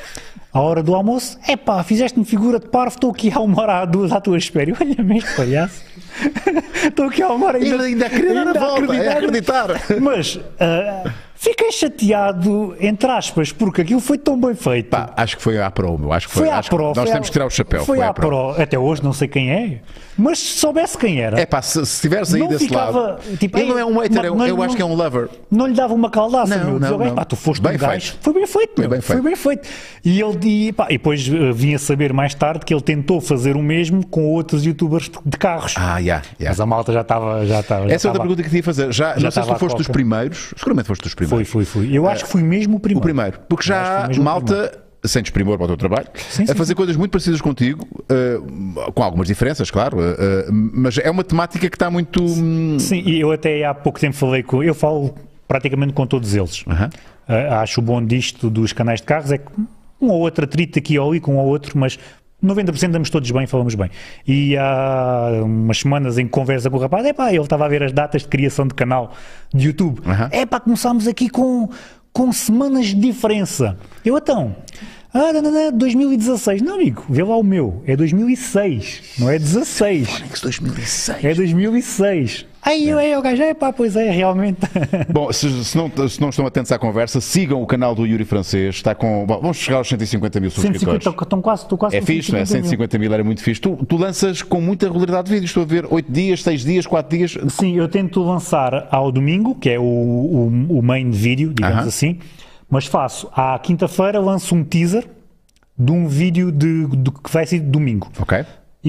à hora do almoço, é pá, fizeste-me figura de parvo, estou aqui há uma hora, há duas à tua espera. Olha-me este palhaço, estou aqui há uma hora ainda, ainda, ainda a querer dar a volta, acreditar. É acreditar. Mas uh, fiquei chateado, entre aspas, porque aquilo foi tão bem feito. Pá, acho que foi à pro, meu. Acho que foi, foi à acho pro. Que nós foi temos à, que tirar o chapéu. Foi, foi à à pro. pro. Até hoje não sei quem é, mas se soubesse quem era. É pá, se estiveres aí desse ficava, lado. Tipo, ele não é um hater, não, eu não, acho que é um lover. Não lhe dava uma caldaça, não, meu. Não, Dizia, não. pá, tu foste bem um gajo. Feito. Foi bem feito, foi meu. bem feito. Foi bem feito. E ele, e, pá, e depois uh, vim a saber mais tarde que ele tentou fazer o mesmo com outros youtubers de carros. Ah, yeah, yeah. Mas a malta já estava. Já estava Essa é outra pergunta que queria fazer. Já, já não sei se tu foste dos primeiros. Seguramente foste dos primeiros. Foi, foi, foi. Eu acho que fui mesmo o primeiro. O primeiro. Porque já há malta, sem desprimor para o teu trabalho, sim, sim, a fazer sim. coisas muito parecidas contigo, uh, com algumas diferenças, claro, uh, uh, mas é uma temática que está muito... Sim, e eu até há pouco tempo falei com... Eu falo praticamente com todos eles. Uhum. Uh, acho o bom disto dos canais de carros é que um ou outro atrito aqui ou ali com um ou outro, mas noventa por cento damos todos bem, falamos bem. E há umas semanas em que conversa com o rapaz, é pá, ele estava a ver as datas de criação de canal de YouTube. É pá, começámos aqui com, com semanas de diferença. Eu então, ah, não, não, não, dois mil e dezasseis. Não, amigo, vê lá o meu, é dois mil e seis, não é dezasseis. Fónix dois mil e seis. É dois mil e seis. Aí eu, o gajo, é pá, pois é, realmente. Bom, se, se, não, se não estão atentos à conversa, sigam o canal do Yuri Francês. Está com. Bom, vamos chegar aos cento e cinquenta mil subscritores. cento e cinquenta, estão quase, estou quase é fixe, não é? cento e cinquenta mil era muito fixe. Tu, tu lanças com muita regularidade de vídeos. Estou a ver oito dias, seis dias, quatro dias. Sim, eu tento lançar ao domingo, que é o, o, o main vídeo, digamos uh-huh. assim. Mas faço, à quinta-feira, lanço um teaser de um vídeo de, de, que vai ser domingo. Ok.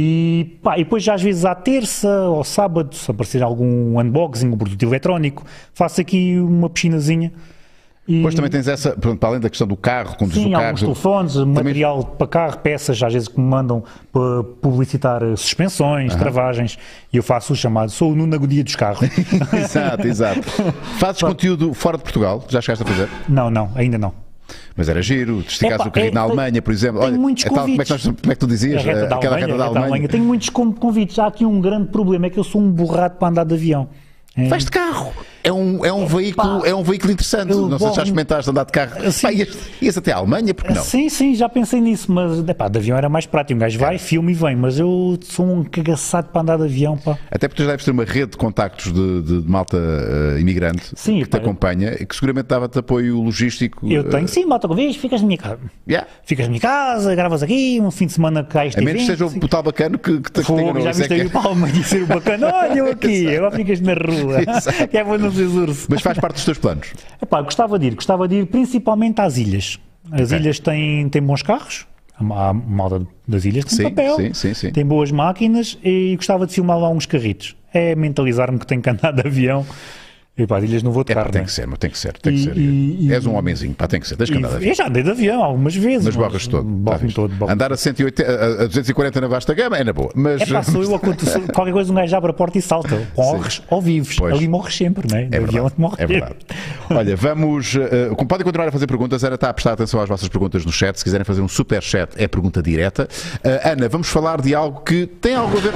E, pá, e depois, às vezes, à terça ou sábado, se aparecer algum unboxing, um produto eletrónico, faço aqui uma piscinazinha. E... Depois também tens essa, para além da questão do carro, conduzir Sim, o carro. alguns telefones, também... material para carro, peças, às vezes que me mandam para publicitar suspensões, uh-huh. travagens, e eu faço o chamado, sou o Nuno Agodia dos carros. Exato, exato. Fazes conteúdo fora de Portugal? Já chegaste a fazer? Não, não, ainda não. Mas era giro, testificaste o carrinho é, na Alemanha, por exemplo. Tenho Olha, muitos é tal, como, é que nós, como é que tu dizias? A reta da Aquela Alemanha, reta da Alemanha. Alemanha. Tenho muitos convites. Há aqui um grande problema, é que eu sou um borrado para andar de avião. É. Vais de carro. É um, é um, é, veículo, é um veículo interessante. Eu, não sei se já experimentaste andar de carro. Pá, ias, ias até à Alemanha, porque não? Sim, sim, já pensei nisso, mas epá, de avião era mais prático. Um gajo vai, filma e vem, mas eu sou um cagaçado para andar de avião. Pá. Até porque tu deves ter uma rede de contactos de, de, de malta uh, imigrante sim, que pá, te acompanha e que seguramente dava-te apoio logístico. Eu tenho, uh, sim, malta, vês, ficas na minha casa. Yeah. Ficas na minha casa, gravas aqui, um fim de semana cá este A menos evento, que seja o tal bacano que, que, te, Fogo, que tenha já viste aí o Palma e ser o bacana, olha eu aqui, agora ficas na rua, que é bom não ser urso. Mas faz parte dos teus planos? Epá, gostava de ir, gostava de ir principalmente às ilhas. As okay. ilhas têm, têm bons carros, a malta das ilhas tem sim, papel, sim, sim, sim. tem boas máquinas e gostava de filmar lá uns carritos. É mentalizar-me que tenho que andar de avião. E pá, de ilhas não vou de é, carro. Pá, tem né? que ser, mas tem que ser. Tem e, que ser. E, És um homenzinho, pá, tem que ser. Tens que andar de avião. Eu já andei de avião algumas vezes. Mas borras todo. Borro-me todo borro andar a, cento e oitenta, a duzentos e quarenta na vasta gama é na boa. Mas... É pá, sou eu a qualquer coisa um gajo abre a porta e salta. Morres ou vives. Pois. Ali morres sempre, não é? É verdade. Avião morres é verdade. Olha, vamos... Uh, podem continuar a fazer perguntas. Ana está a prestar atenção às vossas perguntas no chat. Se quiserem fazer um super chat, é pergunta direta. Uh, Ana, vamos falar de algo que tem algo a ver...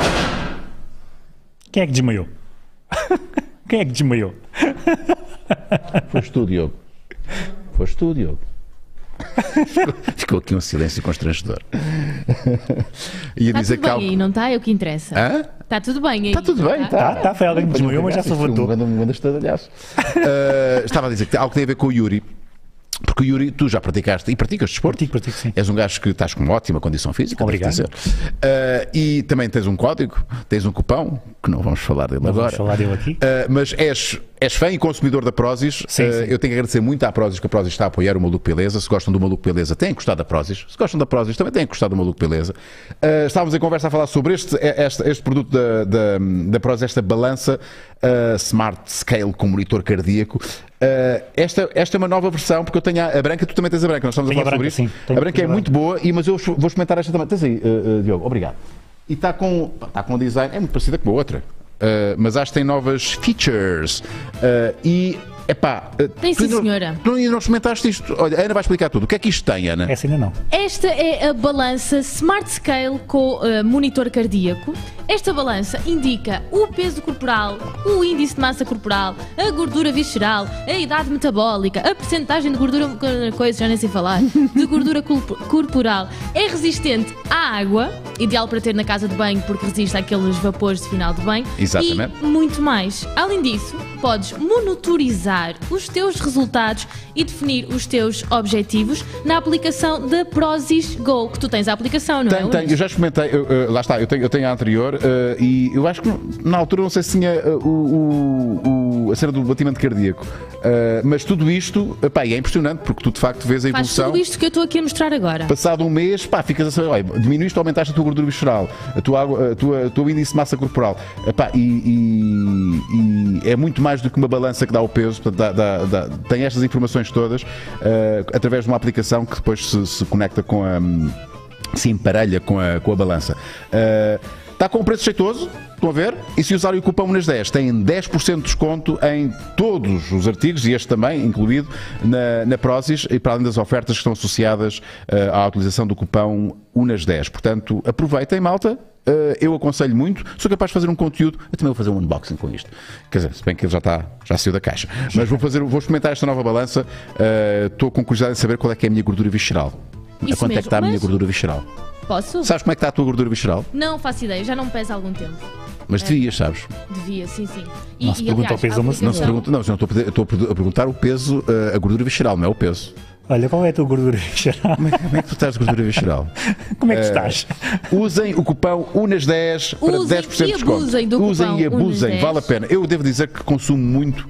Quem é que desmaiou? Quem é que desmaiou? Foste tu, Diogo. Foste tu, Diogo. Ficou aqui um silêncio constrangedor. Ia está dizer tudo bem algo... aí, não está? É o que interessa. Hã? Está tudo bem aí. Está tudo bem, está. Está, está, foi alguém que desmaiou, mas já se levantou. Manda-me manda estadalhaço. uh, Estava a dizer que algo tem a ver com o Yuri. Porque o Yuri, tu já praticaste e praticas desporto. Pratico, pratico, sim. És um gajo que estás com uma ótima condição física. Obrigado. Uh, e também tens um código, tens um cupão, que não vamos falar dele não agora. Vamos falar dele aqui. Uh, mas és, és fã e consumidor da Prozis. Sim, uh, sim. Eu tenho que agradecer muito à Prozis, que a Prozis está a apoiar o Maluco Beleza. Se gostam do Maluco Beleza, têm gostado da Prozis. Se gostam da Prozis, também têm gostado do Maluco Beleza. Uh, estávamos em conversa a falar sobre este, este, este produto da, da, da Prozis, esta balança uh, Smart Scale com monitor cardíaco. Uh, esta, esta é uma nova versão, porque eu tenho a, a branca, tu também tens a branca, nós estamos tenho a falar a branca, sobre isso. Sim, a branca é muito boa, e, mas eu vou experimentar esta também. Tens aí, uh, uh, Diogo, obrigado. E está com, está com um design, é muito parecida com a outra, uh, mas acho que tem novas features. Uh, e, epá, uh, tem sim, não, senhora. Tu ainda não experimentaste isto. Olha, a Ana vai explicar tudo. O que é que isto tem, Ana? Essa ainda não. Esta é a balança Smart Scale com uh, monitor cardíaco. Esta balança indica o peso corporal, o índice de massa corporal, a gordura visceral, a idade metabólica, a percentagem de gordura, coisa já nem sei falar, de gordura corporal. É resistente à água, ideal para ter na casa de banho porque resiste àqueles vapores de final de banho. Exatamente. E muito mais. Além disso, podes monitorizar os teus resultados e definir os teus objetivos na aplicação da Prozis Go, que tu tens a aplicação, não tenho, é? Tenho, eu já experimentei, eu, uh, lá está, eu tenho, eu tenho a anterior. Uh, e eu acho que na altura não sei se tinha uh, o, o, a cena do batimento cardíaco, uh, mas tudo isto, pá, é impressionante porque tu de facto vês a Faz evolução. tudo isto que eu estou aqui a mostrar agora. Passado um mês, pá, ficas a saber, olha, diminuíste ou aumentaste a tua gordura visceral, a tua, a tua, a tua índice de massa corporal, pá, e, e, e é muito mais do que uma balança que dá o peso, portanto, dá, dá, dá, tem estas informações todas uh, através de uma aplicação que depois se, se conecta com a, se emparelha com a, com a balança. Uh, Está com um preço jeitoso, estão a ver? E se usarem o cupom nas dez, têm dez por cento de desconto em todos os artigos, e este também, incluído, na, na Prozis, e para além das ofertas que estão associadas uh, à utilização do cupom U N A S dez. Portanto, aproveitem, malta. Uh, eu aconselho muito, sou capaz de fazer um conteúdo, eu também vou fazer um unboxing com isto, quer dizer, se bem que ele já está, já saiu da caixa, mas vou fazer, vou experimentar esta nova balança. Estou uh, com curiosidade em saber qual é que é a minha gordura visceral. Isso a quanto mesmo, é que está a minha mas... gordura visceral? Posso? Sabes como é que está a tua gordura visceral? Não faço ideia, já não peso há algum tempo. Mas devias, sabes? Devia, sim, sim. E, Não se e, pergunta aliás, ao peso a a uma- aplicação- Não se pergunta, não, eu não estou a pedir- estou a perguntar o peso, uh, a gordura visceral, não é o peso. Olha, qual é a tua gordura visceral? Como é, como é que tu estás de gordura visceral? Como é que estás? Usem o cupom U N A S dez para Usem dez por cento de e desconto. abusem do Usem cupom e abusem, U N A S dez. vale a pena. Eu devo dizer que consumo muito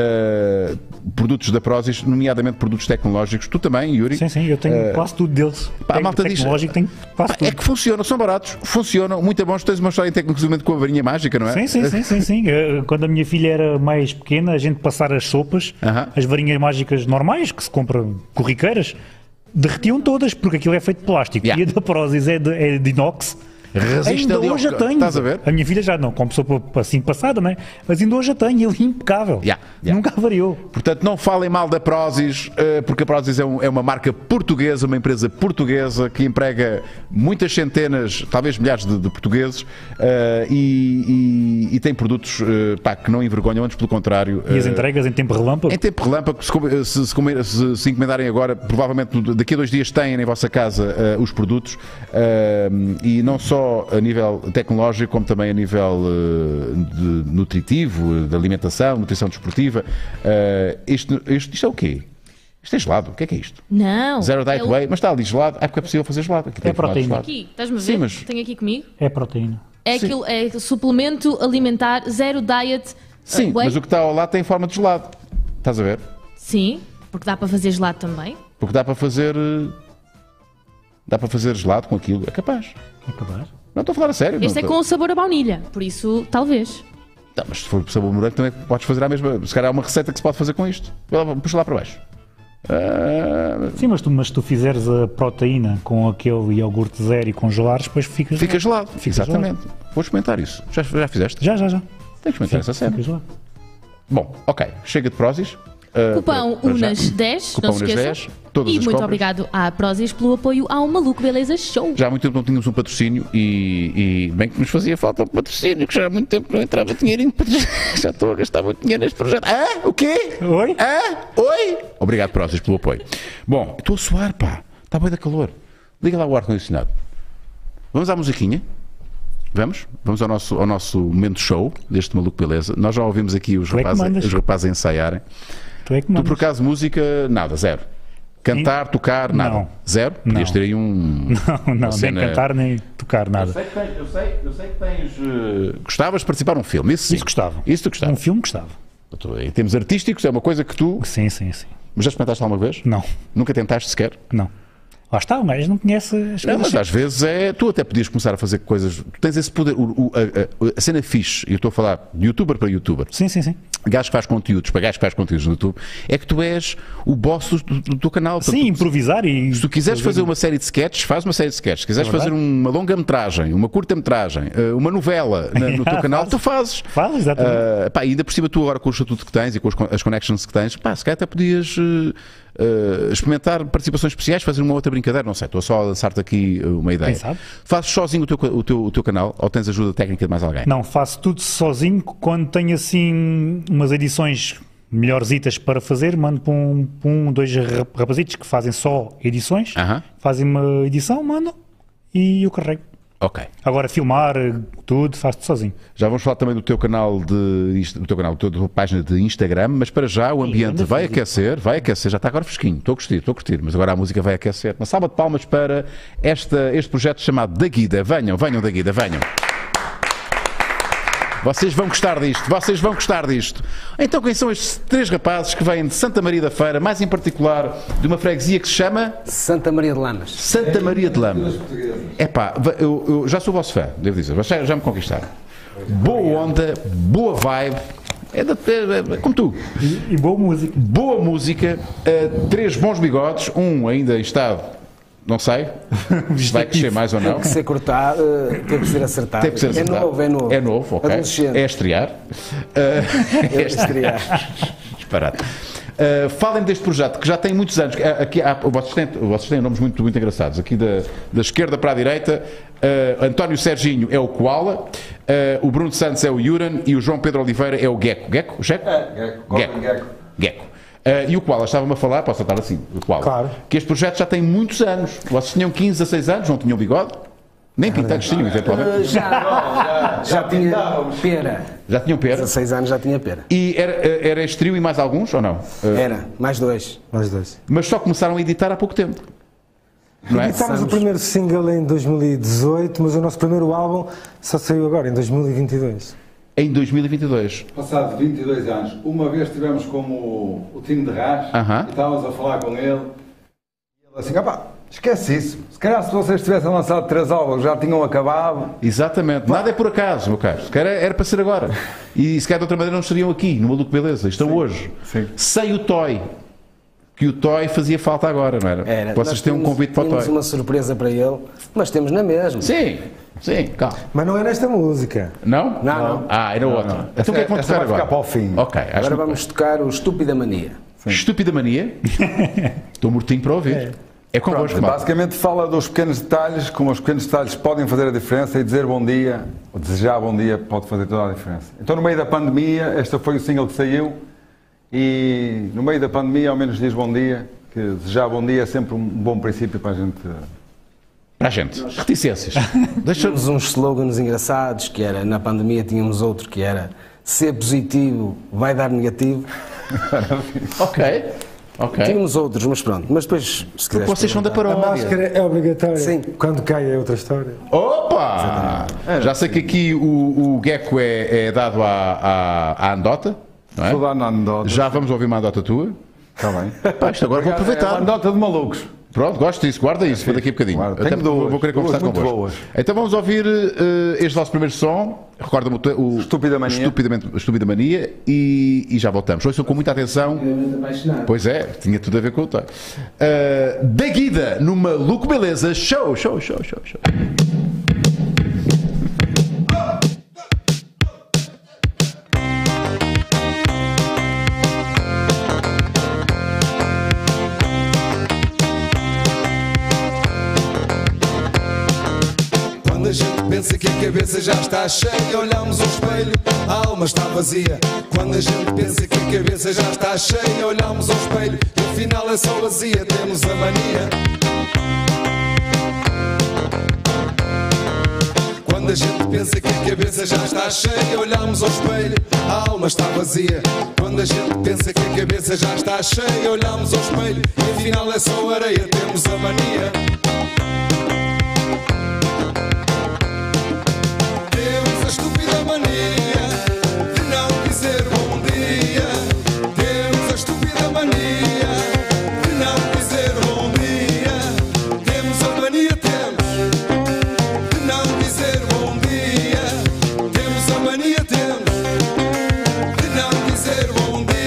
uh, produtos da Prozis, nomeadamente produtos tecnológicos. Tu também, Yuri? Sim, sim, eu tenho quase tudo deles. pá, a Tec- malta diz- tecnológico, tenho quase Pá, tudo. é que funcionam, são baratos, funcionam, muito bons. Tens uma história inclusive com a varinha mágica, não é? Sim, sim, sim, sim, sim. Eh, Quando a minha filha era mais pequena, a gente passar as sopas, Aham. as varinhas mágicas normais, que se compram corriqueiras, derretiam todas, porque aquilo é feito de plástico. Yeah. E a da Prozis é de, é de inox. Resiste Ainda ali ao- hoje a tenho. Estás a ver? A minha filha já não, como sopa assim passada, não é? Mas ainda hoje a tenho, ele é impecável. Yeah, yeah. Nunca variou. Portanto, não falem mal da Prozis, eh, porque a Prozis é, um- é uma marca portuguesa, uma empresa portuguesa que emprega muitas centenas, talvez milhares de, de portugueses, eh, e, e- e tem produtos eh, pá, que não envergonham, antes pelo contrário. E as eh, entregas em tempo relâmpago? Em tempo relâmpago, se, com- se, se, comer- se- se encomendarem agora, provavelmente daqui a dois dias têm em vossa casa eh, os produtos, eh, e não só a nível tecnológico, como também a nível eh, de nutritivo, de alimentação, nutrição desportiva. Eh, isto, isto, isto é o quê? Isto é gelado. O que é que é isto? Não. Zero Diet é o- Whey, mas está ali gelado. É porque é possível fazer gelado. Aqui tem gelado, proteína. gelado. Aqui, estás-me a ver? Sim, mas- Tenho aqui comigo. É proteína. É Sim. aquilo, é suplemento alimentar Zero Diet. Sim, uh, Whey. mas o que está ao lado tem forma de gelado. Estás a ver? Sim, porque dá para fazer gelado também. Porque dá para fazer. eh, Dá para fazer gelado com aquilo. É capaz. Acabar. Não estou a falar a sério. Este não é com o sabor a baunilha, por isso, talvez. Não, mas se for por sabor morango também podes fazer a mesma. Se calhar há uma receita que se pode fazer com isto. Vai lá, puxa lá para baixo. Ah, Sim, mas tu, mas tu fizeres a proteína com aquele iogurte zero e congelares, depois ficas. fica gelado. Fica Exatamente. Vou experimentar isso. Já, já fizeste? Já, já, já. Tens que experimentar essa cena. Ficas lá. Bom, ok. Chega de Prozis. Ah, Cupão para- para já. UNAS dez, Cupão não se UNAS esqueçam. dez, todas E as muito compras. obrigado à Prozis pelo apoio ao Maluco Beleza Show. Já há muito tempo não tínhamos um patrocínio e, e bem que nos fazia falta um patrocínio, que já há muito tempo que não entrava dinheirinho para... Já estou a gastar muito dinheiro neste projeto. Ah, o quê? Oi? Ah, oi? Obrigado, Prozis, pelo apoio. Bom, estou a suar, pá. Está bem da calor. Liga lá o ar-condicionado. Vamos à musiquinha? Vamos? Vamos ao nosso, ao nosso momento show deste Maluco Beleza. Nós já ouvimos aqui os Tu é que rapazes, mandas. os rapazes a ensaiarem. Tu é que Tu, mandas. por acaso, música, nada, zero. Cantar, tocar, nada. Não. Zero? Podias Não. ter aí um... Não, não, cena- nem cantar, nem tocar nada. Eu sei que tens, eu sei, eu sei que tens eh, gostavas de participar num filme, isso sim. Isso gostava. Isso tu gostavas. Um filme gostava. Em termos artísticos é uma coisa que tu... Sim, sim, sim. Mas já experimentaste alguma vez? Não, Nunca tentaste sequer? não. Lá está, mas não conhece as Não, coisas. mas às vezes é... Tu até podias começar a fazer coisas... Tu tens esse poder... o- o- a, a- a cena fixe, e eu estou a falar de youtuber para youtuber, Sim, sim, sim. gajo que faz conteúdos para gajo que faz conteúdos no YouTube, é que tu és o boss do, do, do teu canal. Sim, Portanto, improvisar e. se tu quiseres fazer uma série de sketches, faz uma série de sketches. Se quiseres É verdade. fazer uma longa-metragem, uma curta-metragem, eh, uma novela na- no teu canal, Faz. tu fazes. Faz, exatamente. Ah, pá, e ainda por cima tu agora com o estatuto que tens e com as, con- as connections que tens, pá, se calhar até podias eh, eh, experimentar participações especiais, fazer uma outra brincadeira, não sei, estou só a lançar-te aqui eh, uma ideia. Quem sabe? Fazes sozinho o teu, o, teu, o teu canal ou tens ajuda técnica de mais alguém? Não, faço tudo sozinho. Quando tenho assim umas edições melhorzitas para fazer, mando para um, para um dois rap- rapazitos que fazem só edições, Aham. fazem uma edição, mandam e eu carrego. Ok. Agora filmar, tudo, faço tudo sozinho. Já vamos falar também do teu canal de Insta- do teu canal, da tua página de Instagram, mas para já o ambiente anda vai frio. aquecer, vai aquecer, já está agora fresquinho, estou a curtir, estou a curtir, mas agora a música vai aquecer. Uma salva de palmas para esta, este projeto chamado Da Guida. Venham, venham da Guida, venham. Vocês vão gostar disto, vocês vão gostar disto. Então quem são estes três rapazes que vêm de Santa Maria da Feira, mais em particular de uma freguesia que se chama Santa Maria de Lamas. Santa Maria de Lama? Epá, eu, eu já sou vosso fã, devo dizer, vocês já me conquistaram. Boa onda, boa vibe, é, da, é, é como tu. E, e boa música. Boa música, uh, três bons bigodes, um ainda em estado Não sei se vai crescer mais ou não. Tem que ser cortado, uh, tem que ser acertado. Tem que ser acertado. É novo, é novo. É novo, ok. É estrear. Uh, é estrear. Disparate. Uh, Falem deste projeto que já tem muitos anos. Aqui há, vocês, têm, vocês têm nomes muito, muito engraçados. Aqui da, da esquerda para a direita, uh, António Serginho é o Koala, uh, o Bruno Santos é o Yuran e o João Pedro Oliveira é o Gecko. Gecko? Gecko? É, Gecko. Gecko. Gecko. Gecko. Uh, e o Koala, estava-me a falar, posso estar assim, o Koala, Claro. que este projeto já tem muitos anos. Vocês tinham quinze, dezasseis anos, não tinham bigode? Nem pintados tinham, eventualmente. Uh, já, já tinha pera. Já tinham pera? dezasseis anos já tinha pera. E era, era este trio e mais alguns, ou não? Uh, Era, mais dois. Mais dois. Mas só começaram a editar há pouco tempo. Não é? Editámos o primeiro single em dois mil e dezoito, mas o nosso primeiro álbum só saiu agora, em dois mil e vinte e dois. Em dois mil e vinte e dois. Passado vinte e dois anos, uma vez estivemos com o, o time de Rás Aham. e estávamos a falar com ele e ele assim, opá, esquece isso. Se calhar se vocês tivessem lançado três álbuns já tinham acabado. Exatamente. Nada é por acaso, meu caro. Se calhar era para ser agora. E se calhar de outra maneira não estariam aqui, no Maluco Beleza. Estão hoje. Sim. Sem o Toy. Que o Toy fazia falta agora, não era? Era. Vocês Nós têm um tínhamos- convite para o tínhamos Toy. uma surpresa para ele, mas temos na mesma. Sim, sim, calma. Mas não é nesta música. Não? Não, não. Ah, era outra. Então o que é que vão Essa tocar vai agora? ficar para o fim. Ok, acho Agora que- vamos tocar o Estúpida Mania. Estúpida Mania. Estou mortinho para ouvir. É, convosco, Pronto, malta. basicamente fala dos pequenos detalhes, como os pequenos detalhes podem fazer a diferença e dizer bom dia, ou desejar bom dia pode fazer toda a diferença. Então no meio da pandemia, este foi o single que saiu e no meio da pandemia ao menos diz bom dia, que desejar bom dia é sempre um bom princípio para a gente. Para a gente. Reticências. Deixa... Tínhamos uns slogans engraçados, que era, na pandemia tínhamos outro que era ser positivo vai dar negativo. Ok. Ok. Tínhamos outros, mas pronto. Mas depois, se quiseres Vocês são da A paródia. máscara é obrigatória. Sim. Quando cai é outra história. Opa! Já sei que aqui o, o Gecko é, é dado à, à, à andota, não é? Vou dar na anedota. Já vamos ouvir uma andota tua. Está bem. Pá, isto agora vou É aproveitar. uma anedota de malucos. Pronto, gosto disso, guarda isso para daqui a bocadinho. Guarda. Até Tenho porque duas, vou querer conversar duas muito convosco. boas. Então vamos ouvir eh, este nosso primeiro som. Recorda-me o, te- o Estúpida Mania. Estupidamente- Estúpida Mania e, e já voltamos. Ouçam com muita atenção. Pois é, tinha tudo a ver com o Toy. Uh, da Guida, no Maluco Beleza. Show, show, show, show, show. Quando a gente pensa que a cabeça já está cheia, olhamos ao espelho, a alma está vazia. Quando a gente pensa que a cabeça já está cheia, olhamos ao espelho e afinal é só vazia, temos a mania. Quando a gente pensa que a cabeça já está cheia, olhamos ao espelho, a alma está vazia. Quando a gente pensa que a cabeça já está cheia, olhamos ao espelho e afinal é só areia, temos a mania. Temos a estúpida mania de não dizer bom dia. Temos a estúpida mania de não dizer bom dia. Temos a mania, temos, de não dizer bom dia. Temos a mania, temos, de não dizer bom dia.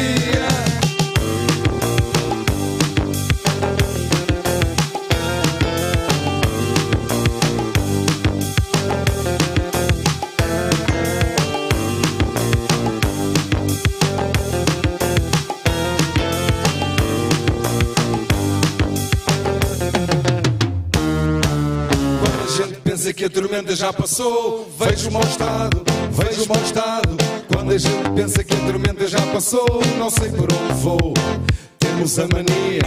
Quando a gente pensa que a tormenta já passou, vejo o mau estado, vejo o mau estado. Quando a gente pensa que a tormenta já passou, não sei por onde vou, temos a mania.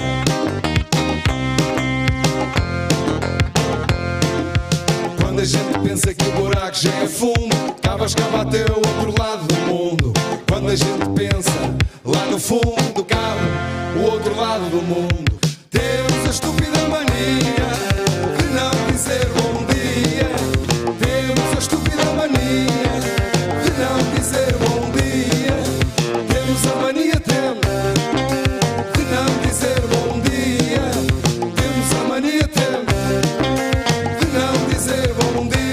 Quando a gente pensa que o buraco já é fundo, cava, escava até o outro lado do mundo. Quando a gente pensa lá no fundo, cava o outro lado do mundo. Temos a estúpida mania de não dizer bom dia. Temos a estúpida mania de não dizer bom dia. Temos a mania, temos, de não dizer bom dia. Temos a mania, temos, de não dizer bom dia.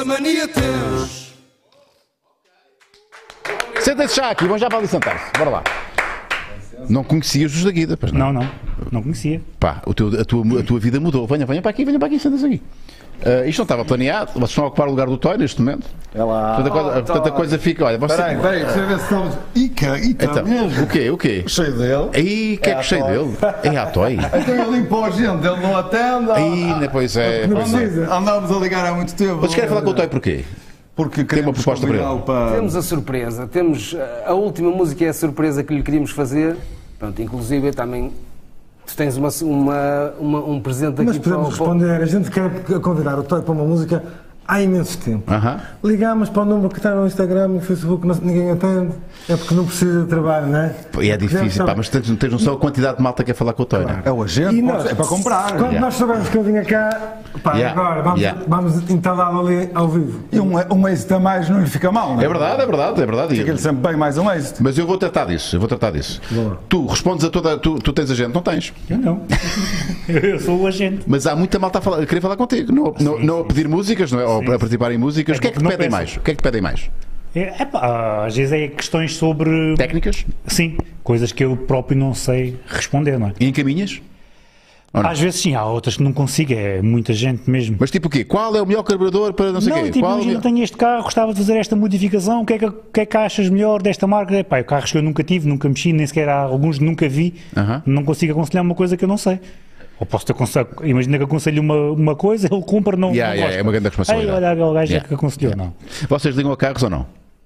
mania tens. Senta-se já aqui, vão já para ali sentar-se. Bora lá. Não conhecias os da Guida, pois não? Não, não, não conhecia. Pá, o teu, a, tua, a tua vida mudou. Venha, venha para aqui, venha para aqui, senta-se aqui. Uh, isto não estava planeado, vocês estão a ocupar o lugar do Toy neste momento. É lá. Portanto, a coisa, portanto, a coisa fica. Olha, você. Peraí, peraí, deixa eu ver se estamos. Ih, cara, ih, tá Então, mesmo. o quê? O quê? Cheio dele. Aí, que é que a cheio Toy. dele? É a Toy. Então ele limpou a gente, ele não atende. Aí, né, pois é. Não Pois é. precisa. Andámos a ligar há muito tempo. Vocês querem falar com o Toy porquê? Porque Tem uma queremos proposta para ele. convidá-lo para. Temos a surpresa, temos a última música é a surpresa que lhe queríamos fazer. Pronto, inclusive também tu tens uma, uma, uma- um presente aqui Mas podemos para o- responder, a gente quer convidar o Toy para uma música há imenso tempo. Aham. Ligamos para o número que está no Instagram, no Facebook, não- ninguém atende. É porque não precisa de trabalho, não é? E é difícil, pá, mas tens, tens noção a quantidade de malta que quer falar com o Toy, não é? É o agente, E pode- nós, é para comprar. Quando Yeah. nós soubemos que ele vinha cá, pá, Yeah. agora vamos, Yeah. vamos instalá-lo ali ao vivo. E um, um êxito a mais não lhe fica mal, não é? É verdade, é verdade, é verdade. Fica-lhe sempre bem mais um êxito. Mas eu vou tratar disso, eu vou tratar disso. Tu respondes a toda. Tu, tu tens agente? Não tens. Eu não. Eu sou o agente. Mas há muita malta a, falar, a querer falar contigo, não, não, não a pedir músicas, não é? Ou a participar em músicas. É O que é que te não pedem peçam. mais? O que é que te pedem mais? É, epá, às vezes é questões sobre. Técnicas? Sim, coisas que eu próprio não sei responder, não é? E encaminhas? Ou não? Às vezes sim, há outras que não consigo, é muita gente mesmo. Mas tipo o quê? Qual é o melhor carburador para não sei o Não, quê? tipo, Qual é o imagina, melhor- tenho este carro, gostava de fazer esta modificação, o que é que, o que, é que achas melhor desta marca? Epá, carros que eu nunca tive, nunca mexi, nem sequer há alguns que nunca vi, Aham. não consigo aconselhar uma coisa que eu não sei. Ou posso te aconselhar, imagina que aconselho uma, uma coisa, ele compra, não, Yeah, não yeah, gosta. é uma grande responsabilidade. Ei, olha aquele gajo Yeah. que aconselhou, Yeah. não. Vocês ligam a carros ou não?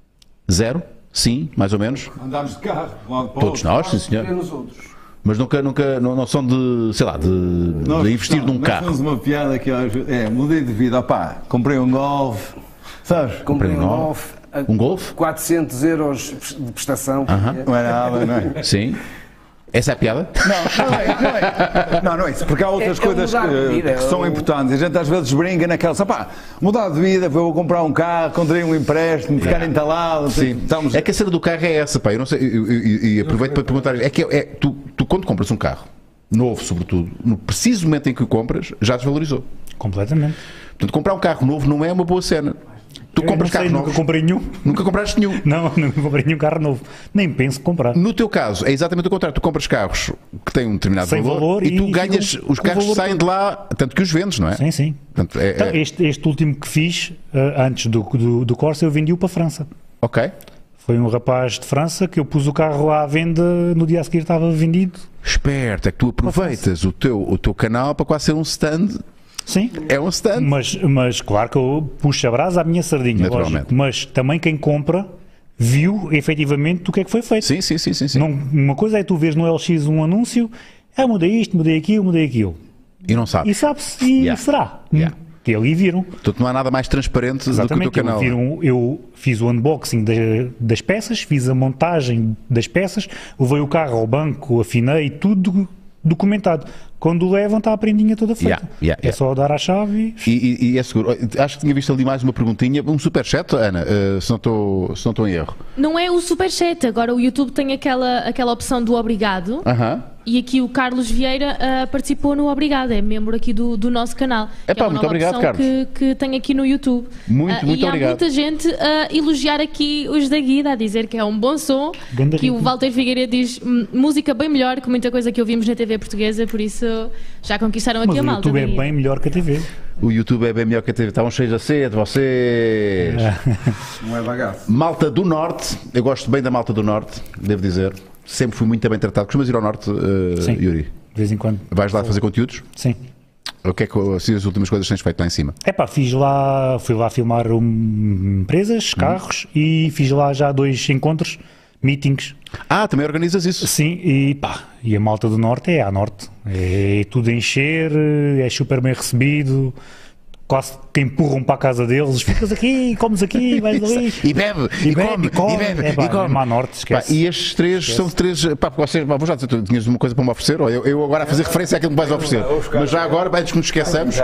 Zero? Sim, mais ou menos? Andámos de carro, de um lado para o Todos outro. nós, sim senhor. Vê nos outros. Mas nunca, nunca, não, não são de, sei lá, de, Nós de investir gostamos, num nós carro. temos uma piada que eu acho- é, mudei de vida, opá, comprei um Golf, sabes? Comprei um um Golf. Golf, a Um Golf? quatrocentos euros de prestação. Não é nada, não é? Sim. Essa é a piada? Não, não é, não é. Não, não é isso, porque há outras É- é coisas mudar de que, vida, que são é o- importantes. A gente às vezes brinca naquela, pá, mudar de vida, vou comprar um carro, encontrei um empréstimo, ficar entalado. Sim. Estamos... É que a cena do carro é essa, pá. Eu não sei, eu- eu- eu- e aproveito para perguntar. É que é, é- tu, tu, quando compras um carro, novo sobretudo, no preciso momento em que o compras, já desvalorizou. Completamente. Portanto, comprar um carro novo não é uma boa cena. Tu Eu compras não sei, carros nunca novos, comprei nenhum. nunca compraste nenhum. Não, nunca comprei nenhum carro novo. Nem penso comprar. No teu caso, é exatamente o contrário. Tu compras carros que têm um determinado Sem valor, valor e tu e ganhas, ficam os com o carros valor saem de lá, tanto que os vendes, não é? Sim, sim. Portanto, é- Então, é- este, este último que fiz, eh, antes do, do, do Corsa, eu vendi-o para a França. Ok. Foi um rapaz de França que eu pus o carro lá à venda, no dia a seguir estava vendido. Esperto, é que tu aproveitas o teu, o teu canal para quase ser um stand. Sim. É um stand. Mas, mas claro que eu puxo a brasa à minha sardinha, Naturalmente. lógico. Mas também quem compra viu efetivamente o que é que foi feito. Sim, sim, sim, sim. sim. Não, uma coisa é tu vês no L X um anúncio, ah, mudei isto, mudei aquilo, mudei aquilo. E não sabes. E sabe-se, e Yeah. será. Yeah. Que ali viram. Portanto, não há nada mais transparente Exatamente, do que o teu canal. Eu, viram, eu fiz o unboxing da- das peças, fiz a montagem das peças, levei o carro ao banco, afinei, tudo documentado. Quando o levam está a prendinha toda feita. Yeah, yeah, é yeah. só dar a chave e... E, e- e é seguro. Acho que tinha visto ali mais uma perguntinha, um superchat, Ana, eh, se não estou se não estou em erro. Não é o superchat, agora o YouTube tem aquela, aquela opção do obrigado. Aham. E aqui o Carlos Vieira ah, participou no Obrigado, é membro aqui do, do nosso canal. Epá, Que é uma muito nova obrigado, opção Carlos. Que, que tem aqui no YouTube. Muito, Ah, muito e obrigado. há muita gente a elogiar aqui os da Guida, a dizer que é um bom som. Ganda Que o ritmo. Walter Figueiredo diz "Hum, música bem melhor que muita coisa que ouvimos na T V portuguesa, por isso já conquistaram Mas aqui a o malta. YouTube da é Guida. bem melhor que a T V. O YouTube é bem melhor que a T V. Estavam cheios a sede, vocês. Não é bagaço. Malta do Norte. Eu gosto bem da malta do Norte, devo dizer. Sempre fui muito bem tratado. Costumas ir ao Norte, eh, Sim. Yuri? De vez em quando. Vais lá fazer conteúdos? Sim. O que é que assim, as últimas coisas que tens feito lá em cima? Epá, fiz lá, fui lá filmar um, empresas, carros e fiz lá já dois encontros, meetings. Ah, também organizas isso? Sim, e pá, e a malta do Norte é à Norte. É tudo a encher, é super bem recebido. Quase que empurram para a casa deles, ficas aqui, comes aqui, vais ali. E bebe, e, E bebe, come, e come. e bebe, É pá, e come. mesmo à Norte, esquece. Pá, e estes três são três. Pá, vocês, pá, vou já dizer, tu tinhas uma coisa para me oferecer? Ou eu, eu agora a fazer referência àquilo que me vais oferecer. Mas já agora, antes que nos esqueçamos,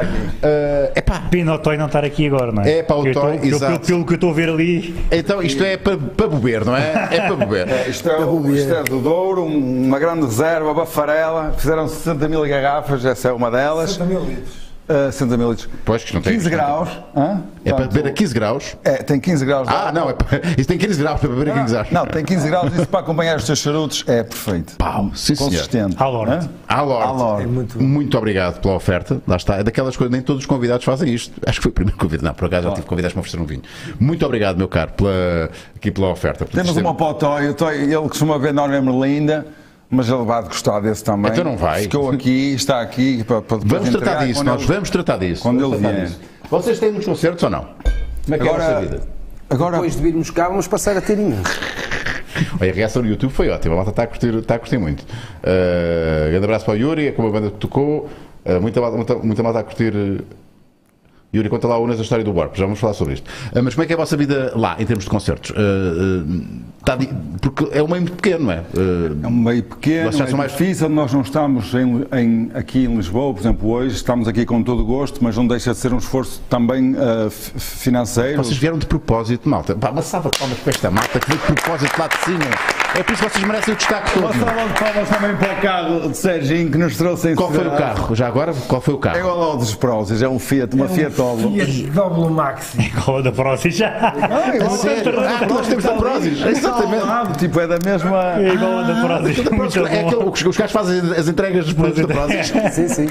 é pá. Pena o Toy não estar aqui agora, não é? É, pá, o Eu tô- Toy, pelo- exato. Pelo que eu estou a ver ali, Então isto é para, para beber, não é? É para beber. É, isto, é, o- isto é do Douro, um- uma grande reserva, Bafarela. Fizeram sessenta mil garrafas, essa é uma delas. sessenta mil litros. Uh, sessenta mililitros. Pois, que não tem. quinze graus. Hã? É para Portanto, beber a quinze graus? É, tem quinze graus. Ah, não, é para... isso tem quinze graus para beber a quinze graus. Não, tem quinze graus. Isso para acompanhar os teus charutos é perfeito. Pau, sim, senhor. Consistente. À Lorde. Hã? À Lorde. À Lorde. É muito... Muito obrigado pela oferta. Lá está. É daquelas coisas, nem todos os convidados fazem isto. Acho que foi o primeiro convidado. Não, por acaso já tive convidados que me ofereceram um vinho. Muito obrigado, meu caro, pela... aqui pela oferta. Temos uma para o Toy. O Toy, ele costuma ver Norma Merlinda, mas ele vai gostar desse também. Então não vai. Ficou aqui, está aqui. Para, para depois Vamos tratar entregar disso, quando nós ele- vamos tratar disso. quando Vamos ele tratar vier. disso. Vocês têm muitos concertos ou não? Como é que é a vossa Agora, vida? agora Depois de virmos cá, vamos passar a ter imenso. Olha, a reação no YouTube foi ótima, a malta está a curtir, está a curtir muito. Uh, grande abraço para o Yuri, com a banda que tocou, uh, muita, malta- muita, muita malta a curtir. uh, Yuri, conta lá a Unas a história do Warp, já vamos falar sobre isto. Uh, mas como é que é a vossa vida lá, em termos de concertos? Uh, uh, tá di- porque é um meio muito pequeno, não é? Uh, é um meio pequeno, Vocês já é são mais- difícil. Nós não estamos em, em- aqui em Lisboa, por exemplo, hoje. Estamos aqui com todo o gosto, mas não deixa de ser um esforço também uh, f- financeiro. Vocês vieram de propósito, malta. Pá, uma salva de palmas para esta malta que veio de propósito lá de cima. É por isso que vocês merecem o destaque todo. Uma salva de palmas também para o carro de Serginho que nos trouxe em Qual foi o segurança. carro? Já agora, qual foi o É carro? igual ao dos Prozis, é um Fiat, uma Fiat Ovo. Fiat Doblo Maxi. Qual da próxima já? Ah, igual ao Sério? Ah, nós temos da Prozis. Exatamente. Ah, tipo, é da mesma. É igual a da próxima. Muito É aquele, bom. os, os gajos fazem as entregas dos produtos da Prozis. Sim, sim.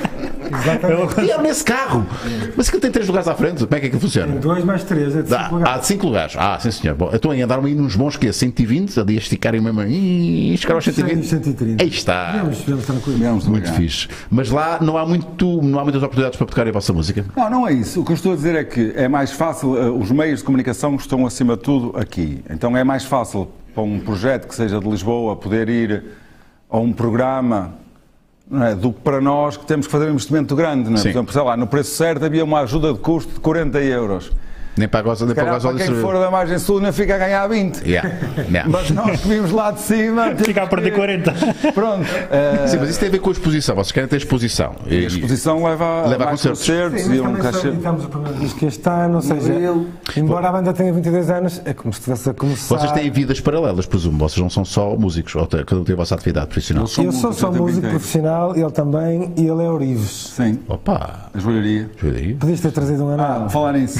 E é nesse carro. Mas aquilo tem três lugares à frente. Como é que aquilo funciona? Dois mais três, é de Dá, cinco há lugares. cinco lugares. Ah, sim senhor. Bom, então aí andaram aí nos bons que é cento e vinte, ali a esticarem mesmo. Ih, chegaram aos cento e vinte. cento e trinta. Aí está. Vamos, vamos tranquilo. Viemos Muito devagar. fixe. Mas lá não há, muito, não há muitas oportunidades para tocar a vossa música. Não, não é isso. O que eu estou a dizer é que é mais fácil, eh, os meios de comunicação estão acima de tudo aqui. Então é mais fácil para um projeto que seja de Lisboa poder ir a um programa, não é, do que para nós que temos que fazer um investimento grande. Não é? Sim. Por exemplo, sei lá, no preço certo havia uma ajuda de custo de quarenta euros. Nem para a goza, nem para a Calhar, goza para quem for da margem sul não fica a ganhar vinte. Yeah. Yeah. Mas nós que vimos lá de cima... Fica a perder quarenta. Pronto. eh, Sim, mas isso tem a ver com a exposição. Vocês querem ter exposição. E a exposição leva, a Leva a mais concertos. concertos Sim, e mas um também só cachê. editamos o primeiro disco este ano, ou seja, Abril. embora a banda tenha vinte e dois anos, é como se estivesse a começar. Vocês têm vidas paralelas, presumo. Vocês não são só músicos. Ou te- cada um tem a vossa atividade profissional. Eles são Eu sou só músicos, eu músico também profissional, ele também, e ele é Orives. Sim, Opa! a joalharia. Joelho. Podias ter trazido um anel. Ah, falar nisso.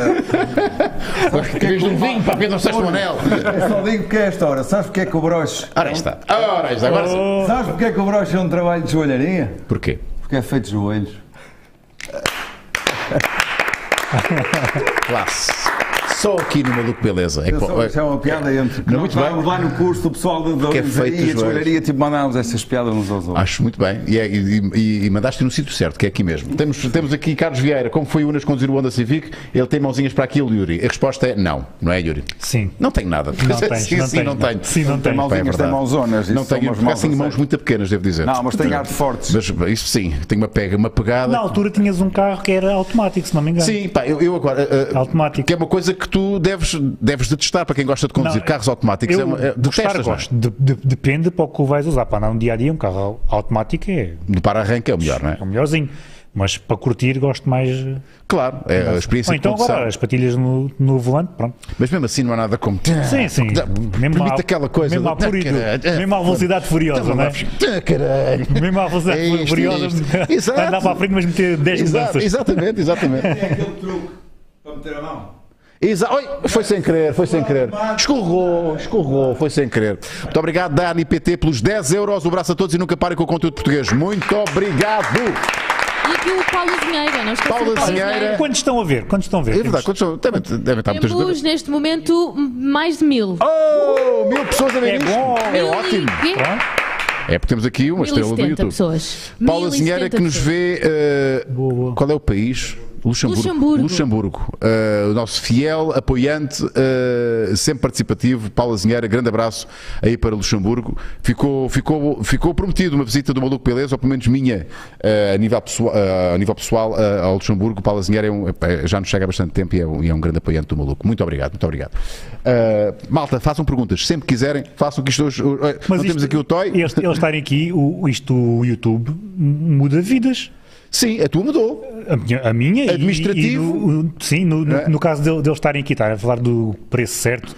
Em vez de um vinho para ver não estás no anel. Eu só digo porque é esta hora. Sabes porque é que o broche. Ora aí está. Ora aí está. Agora sim. Sabes porque é que o broche é um trabalho de joalharia? Porquê? Porque é feito de joelhos. Classe. Só aqui no Maluco Beleza. É que, Atenção, isso é uma piada entre. Não, muito bem. Estávamos lá no curso, o pessoal da Que é feito de de joelhos. joalharia, tipo, mandámos essas piadas uns aos outros. Acho muito bem. E, é- e- e- e mandaste no sítio certo, que é aqui mesmo. Temos, temos aqui Carlos Vieira. Como foi o Unas conduzir o Honda Civic? Ele tem mãozinhas para aquilo, Yuri. A resposta é não. Não é, Yuri? Sim. Não tenho nada. Não tens, sim, não sim, tens, não não. tenho. Sim, não Pá, tens. é Mãozinhas, verdade. tem mãozonas, isso Não são tenho, umas porque mãos assim a mãos sério. muito pequenas, devo dizer. Não, mas tem ar de fortes. Mas isso sim, tenho uma pega, uma pegada. Na altura tinhas um carro que era automático, se não me engano. Sim, pá, eu, eu agora. uh, uh, Automático. Que é uma coisa que tu deves, deves de testar para quem gosta de conduzir Não, carros automáticos. Eu é uma, é, gostar, detestas, não é? gosto. De- de- depende para o que o vais usar. Para andar no dia a dia, um carro automático é, Do para-arranque é o melhor, não é? é o melhorzinho. Mas para curtir, gosto mais. eh, Claro, é a experiência Ou então de condução. agora, as patilhas no, no volante, pronto. Mas mesmo assim não há nada como. Sim, sim. Permite à- aquela coisa. Mesmo à, de- pura e dura. caralho, mesmo à velocidade furiosa, não é? Ah, caralho. Mesmo à velocidade É isto, furiosa, é isto. Exato. andar para a frente, mas meter dez Exato, mudanças. exatamente, exatamente. Tem aquele truque para meter a mão. Exa Oi, foi sem querer, foi sem querer. Escorregou, escorregou, foi sem querer. Muito obrigado, Dani P T, pelos dez euros. Um abraço a todos e nunca parem com o conteúdo português. Muito obrigado. E aqui o Paulo Azinheira, não esqueçam Paulo do Paulo Azinheira. Azinheira. Quantos estão a ver? Quantos estão a ver? É verdade, Temos- quantos são? Devem, devem estar muitas Temos vezes. neste momento mais de mil. Oh, mil pessoas a ver É isto. bom. É Mil e ótimo. quê? Pronto. É porque temos aqui uma mil e estrela do setenta YouTube. pessoas. Paulo mil e Azinheira setenta que nos pessoas. vê. uh, Boa, boa. Qual é o país? Luxemburgo. Luxemburgo. Luxemburgo. Uh, o nosso fiel apoiante, uh, sempre participativo, Paulo Azinheira, grande abraço aí para Luxemburgo. Ficou, ficou, ficou prometido uma visita do Maluco Beleza, ou pelo menos minha, uh, a nível pessoal, uh, a nível pessoal uh, ao Luxemburgo. Paulo Azinheira é um, é, já nos chega há bastante tempo e é, um, e é um grande apoiante do Maluco. Muito obrigado, muito obrigado. Uh, malta, façam perguntas, sempre quiserem, façam que isto hoje. Uh, não temos aqui o Toy. Eles, eles estarem aqui, o, isto, o YouTube muda vidas. Sim, a tua mudou. A minha, a minha e- Administrativo. e no- sim, no, no, É. no caso de, de eles estarem aqui, estar a falar do preço certo,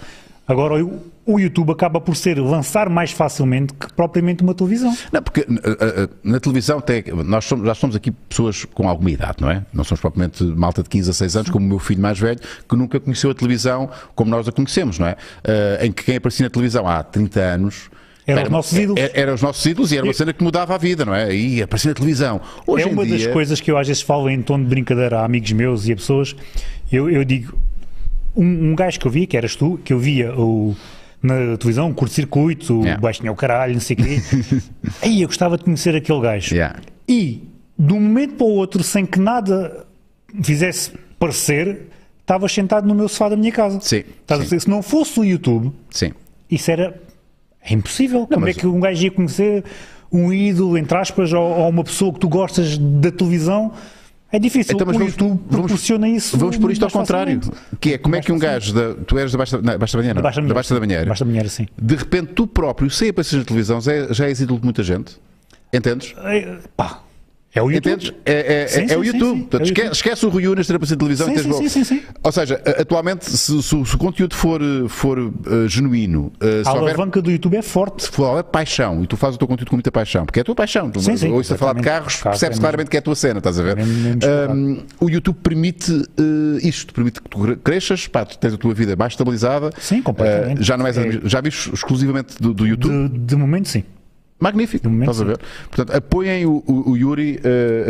Agora o, o YouTube acaba por ser lançar mais facilmente que propriamente uma televisão. Não, porque uh, uh, na televisão tem, nós somos, já somos aqui pessoas com alguma idade, não é? Não somos propriamente malta de quinze a seis anos, como o meu filho mais velho, que nunca conheceu a televisão como nós a conhecemos, não é? Uh, em que quem aparecia na televisão há trinta anos... Eram os nossos ídolos. Eram era os nossos ídolos e era uma cena que mudava a vida, não é? E aparecia na televisão. Hoje é uma em das dia... coisas que eu às vezes falo em tom de brincadeira a amigos meus e a pessoas. Eu, eu digo, um, um gajo que eu via, que eras tu, que eu via o, na televisão, um curto-circuito, o Yeah. baixinho ao caralho, não sei o quê. Aí eu gostava de conhecer aquele gajo. Yeah. E, de um momento para o outro, sem que nada fizesse parecer, estavas sentado no meu sofá da minha casa. Sim, Estás a sim. dizer, se não fosse o YouTube, Sim. isso era... É impossível. Como mas- é que um gajo ia conhecer um ídolo, entre aspas, ou, ou uma pessoa que tu gostas da televisão? É difícil. Então, mas o vamos- YouTube vamos- proporciona isso. Vamos por isto ao mais contrário. facilmente. Que é, como é Mais que um facilmente. gajo, da, tu eres da Baixa, não, Baixa da Banheira, Da Baixa da da Baixa da Banheira. Banheira, Baixa da Banheira, sim. de repente tu próprio, sem aparecer na televisão, já, é- já és ídolo de muita gente? Entendes? É, pá, é o YouTube. Entendes? É, é, Sim, é sim, o sim, YouTube. sim. Portanto, É o esquece, YouTube. esquece o Rui Unas ter aparecido na televisão Sim, e teres sim, logo- sim, sim, sim. Ou seja, a- atualmente, se, se- se o conteúdo for, for uh, genuíno, uh, se A houver, alavanca do YouTube é forte. se for houver paixão e tu fazes o teu conteúdo com muita paixão, porque é a tua paixão, tu Sim, sim, ouço a falar de exatamente. carros, Carros percebes é mesmo. claramente que é a tua cena, estás a ver? É mesmo- mesmo Um, o YouTube permite uh, isto, permite que tu cre- cresças, pá, tu tens a tua vida mais estabilizada. Sim, completamente. Uh, já não és, É- já viste exclusivamente do, do YouTube? De, de momento, sim. Magnífico, momento, estás a ver? Portanto, apoiem o, o, o Yuri uh,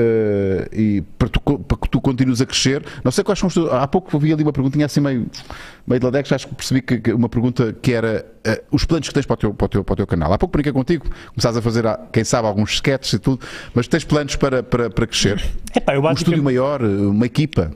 uh, e para, tu, para que tu continues a crescer. Não sei quais são os teus... Há pouco eu vi ali uma perguntinha assim meio, meio de ladex, acho que percebi que, que uma pergunta que era uh, os planos que tens para o, teu, para, o teu, para o teu canal. Há pouco brinquei contigo, começaste a fazer, ah, quem sabe, alguns sketches e tudo, mas tens planos para, para, para crescer? Epá, eu Um estúdio basicamente- maior, uma equipa?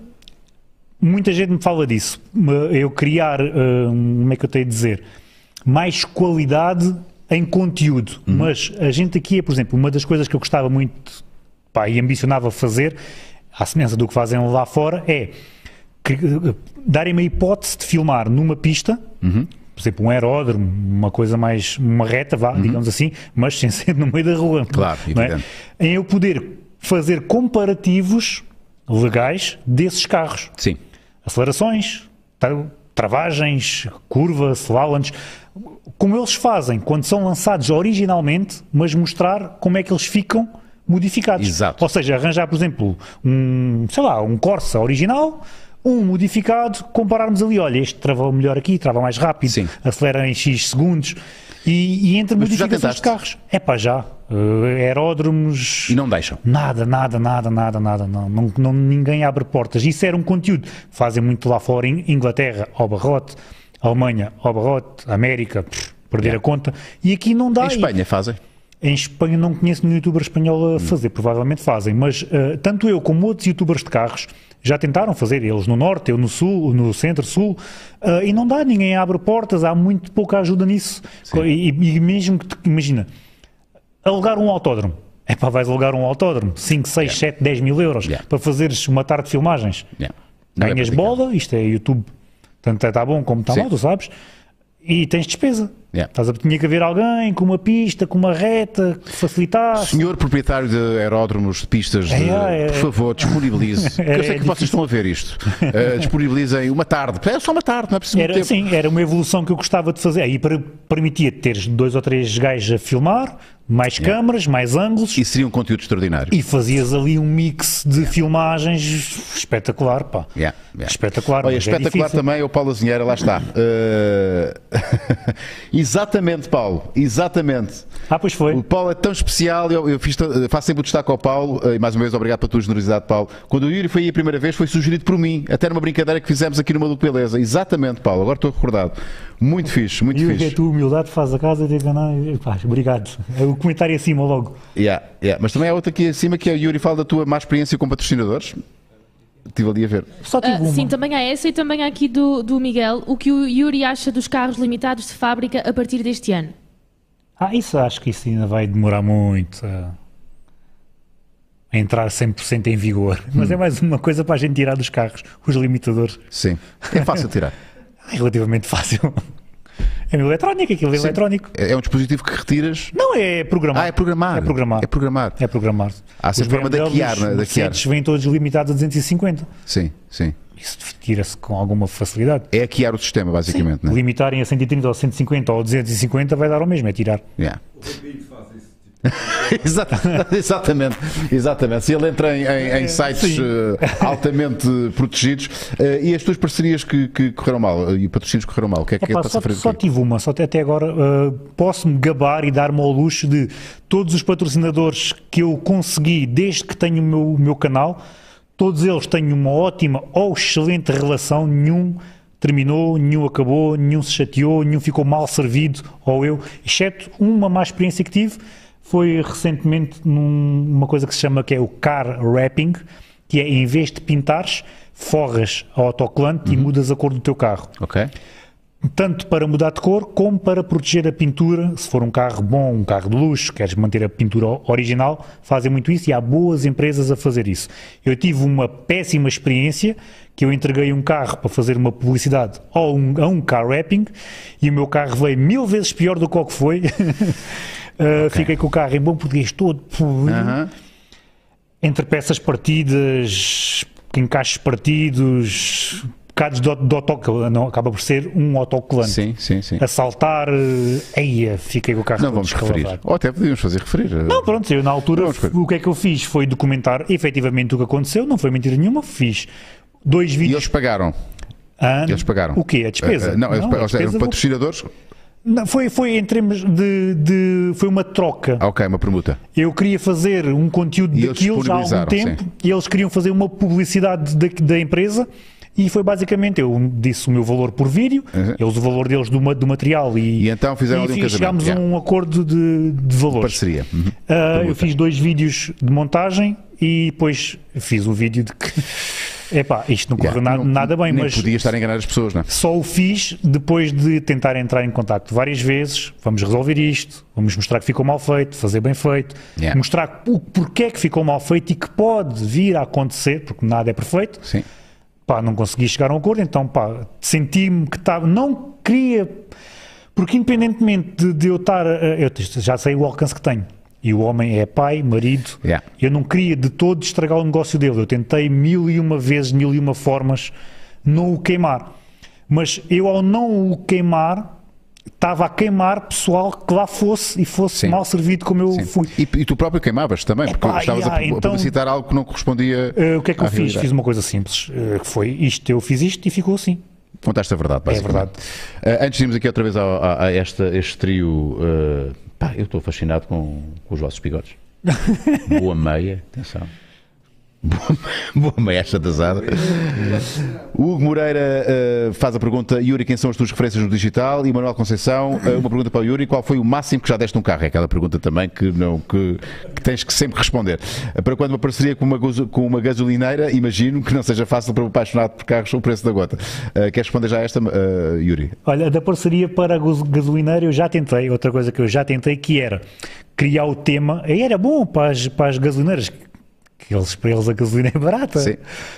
Muita gente me fala disso. Eu criar, hum, como é que eu tenho de dizer, mais qualidade em conteúdo. Uhum. Mas a gente aqui é, por exemplo, uma das coisas que eu gostava muito, pá, e ambicionava fazer, à semelhança do que fazem lá fora, é que, darem-me a hipótese de filmar numa pista, Uhum. por exemplo, um aeródromo, uma coisa mais, uma reta, vá, digamos assim, mas sem ser no meio da rua. Uhum. Claro, não é? evidente. Em eu poder fazer comparativos legais desses carros. Sim. Acelerações, tra- travagens, curvas, slaloms, como eles fazem quando são lançados originalmente, mas mostrar como é que eles ficam modificados. Exato. Ou seja, arranjar, por exemplo, um, sei lá, um Corsa original, um modificado, compararmos ali, olha, este trava melhor aqui, trava mais rápido, Sim. acelera em X segundos, e, e entre Mas tu já modificações de tentaste? carros. É pá, já. Uh, aeródromos... E não deixam. Nada, nada, nada, nada, nada. Não, não, não- ninguém abre portas. Isso era um conteúdo. Fazem muito lá fora, em Inglaterra, ao barrote, Alemanha, ao barrote, América, pff, perder Yeah. a conta. E aqui não dá. Em Espanha fazem? Em Espanha não conheço nenhum youtuber espanhol a fazer, provavelmente fazem, mas uh, tanto eu como outros youtubers de carros já tentaram fazer, eles no norte, eu no sul, no centro-sul, uh, e não dá, ninguém abre portas, há muito pouca ajuda nisso. E, e mesmo que, te- imagina, alugar um autódromo, é pá, vais alugar um autódromo, cinco, seis, Yeah. sete, dez mil euros, Yeah. para fazeres uma tarde de filmagens. Yeah. Não é Ganhas praticável. bola, isto é YouTube, tanto está bom como está Sim. mal, tu sabes, e tens despesa. Yeah. Estás a, tinha que haver alguém com uma pista, com uma reta, que facilitasse. Senhor proprietário de aeródromos, de pistas, de- É, é, por é. favor, disponibilize. Porque eu É, sei é que vocês estão a ver isto. Uh, disponibilizem uma tarde. É só uma tarde, não é preciso muito Era, tempo. sim, era uma evolução que eu gostava de fazer. Aí para, permitia teres dois ou três gajos a filmar, mais câmaras, mais ângulos, E seria um conteúdo extraordinário. e fazias ali um mix de filmagens espetacular, pá. Yeah, yeah. Espetacular. Olha, mas é espetacular difícil. também é o Paulo Azinheira, lá está. Uh, Exatamente, Paulo, exatamente. Ah, pois foi. O Paulo é tão especial, eu, eu fiz, t- faço sempre o destaque ao Paulo, uh, e mais uma vez obrigado pela tua generosidade, Paulo. Quando o Yuri foi aí a primeira vez, foi sugerido por mim, até numa brincadeira que fizemos aqui no Maluco Beleza. Exatamente, Paulo, agora estou recordado. Muito fixe, muito E o que a fixe. tua humildade faz a casa e diz, não, pá, obrigado. É o comentário acima logo. Yeah, yeah. Mas também há outra aqui acima que é o Yuri fala da tua má experiência com patrocinadores. Estive ali a ver. Só tive Ah, uma. sim, também há essa e também há aqui do, do Miguel. O que o Yuri acha dos carros limitados de fábrica a partir deste ano? Ah, isso acho que isso ainda vai demorar muito a, a entrar cem por cento em vigor. Mas Hum. é mais uma coisa para a gente tirar dos carros, os limitadores. Sim. É fácil de tirar. É relativamente fácil. É no eletrónico, aquilo é Sim. eletrónico. É é um dispositivo que retiras. Não, é programar. Ah, é programar. É programar. É programar. É programar. Há sempre Os forma de B M Ws, hackear, não é? De hackear. Mercedes vêm todos limitados a duzentos e cinquenta. Sim, sim. isso tira-se com alguma facilidade. É hackear o sistema, basicamente, Sim. não é? Limitarem a cento e trinta ou cento e cinquenta ou duzentos e cinquenta vai dar ao mesmo, é tirar. Yeah. exatamente, exatamente. Se ele entra em, em, em sites uh, altamente protegidos, uh, e as tuas parcerias que, que correram mal e patrocínios que correram mal, o que é que Epá, é que só, está a só tive uma, só até agora uh, posso-me gabar e dar-me ao luxo de todos os patrocinadores que eu consegui desde que tenho o meu, o meu canal, todos eles têm uma ótima ou excelente relação, nenhum terminou, nenhum acabou, nenhum se chateou, nenhum ficou mal servido, ou eu, exceto uma má experiência que tive. Foi recentemente numa coisa que se chama que é o car wrapping, que é em vez de pintares, forras ao autocolante uhum. e mudas a cor do teu carro. Ok. Tanto para mudar de cor, como para proteger a pintura. Se for um carro bom, um carro de luxo, queres manter a pintura original, fazem muito isso e há boas empresas a fazer isso. Eu tive uma péssima experiência, que eu entreguei um carro para fazer uma publicidade a um, a um car wrapping e o meu carro veio mil vezes pior do que o que foi. Uh, okay. Fiquei com o carro em bom português todo uh-huh. entre peças partidas, encaixes partidos, bocados de, de autocolante, não acaba por ser um autocolante. Sim, sim, sim. A saltar, eia, fiquei com o carro não todo vamos referir, ou até podíamos fazer referir. Não, pronto, eu na altura o que é que eu fiz foi documentar efetivamente o que aconteceu, não foi mentira nenhuma, fiz dois vídeos. E eles pagaram? Ah, eles pagaram? O quê? A despesa? Uh, não, não, eles eram patrocinadores? Vou... Não, foi, foi em termos de, de... Foi uma troca. Ah, ok, uma permuta. Eu queria fazer um conteúdo e daquilo já há algum tempo sim. e eles queriam fazer uma publicidade da, da empresa e foi basicamente, eu disse o meu valor por vídeo, uhum. eles o valor deles do, do material e, e então fizeram e, ali um e casamento. chegámos yeah. a um acordo de, de valores. Parceria. Uhum. Uh, eu fiz dois vídeos de montagem e depois fiz um vídeo de que... Epá, isto não correu yeah, nada, nada bem, nem mas podia estar a enganar as pessoas, não é? Só o fiz depois de tentar entrar em contacto várias vezes, vamos resolver isto, vamos mostrar que ficou mal feito, fazer bem feito, yeah. mostrar o porquê que ficou mal feito e que pode vir a acontecer, porque nada é perfeito. Sim. Pá, não consegui chegar a um acordo, então pá, senti-me que estava, não queria, porque independentemente de, de eu estar, eu já sei o alcance que tenho. E o homem é pai, marido. Yeah. Eu não queria de todo estragar o negócio dele. Eu tentei mil e uma vezes, mil e uma formas não o queimar. Mas eu, ao não o queimar, estava a queimar pessoal que lá fosse e fosse Sim. mal servido como eu Sim. fui. E, e tu próprio queimavas também, porque Epá, estavas yeah, a, então, a publicitar algo que não correspondia. Uh, o que é que eu realidade. fiz? Fiz uma coisa simples. Uh, que foi isto, eu fiz isto e ficou assim. Contaste a verdade, basicamente. É verdade. Uh, antes de irmos aqui outra vez a, a, a esta, este trio, uh, pá, eu estou fascinado com, com os vossos bigodes. Boa meia, atenção. Boa, boa meia achatasada. Hugo Moreira uh, faz a pergunta: Yuri, quem são as tuas referências no digital? E Manuel Conceição, uh, uma pergunta para o Yuri: qual foi o máximo que já deste num carro? É aquela pergunta também que, não, que, que tens que sempre responder. Uh, para quando uma parceria com uma, com uma gasolineira, imagino que não seja fácil para um apaixonado por carros o preço da gota. Uh, queres responder já a esta, uh, Yuri? Olha, da parceria para a gasolineira eu já tentei. Outra coisa que eu já tentei que era criar o tema, e era bom para as, para as gasolineiras, que eles, para eles a gasolina é barata. Sim.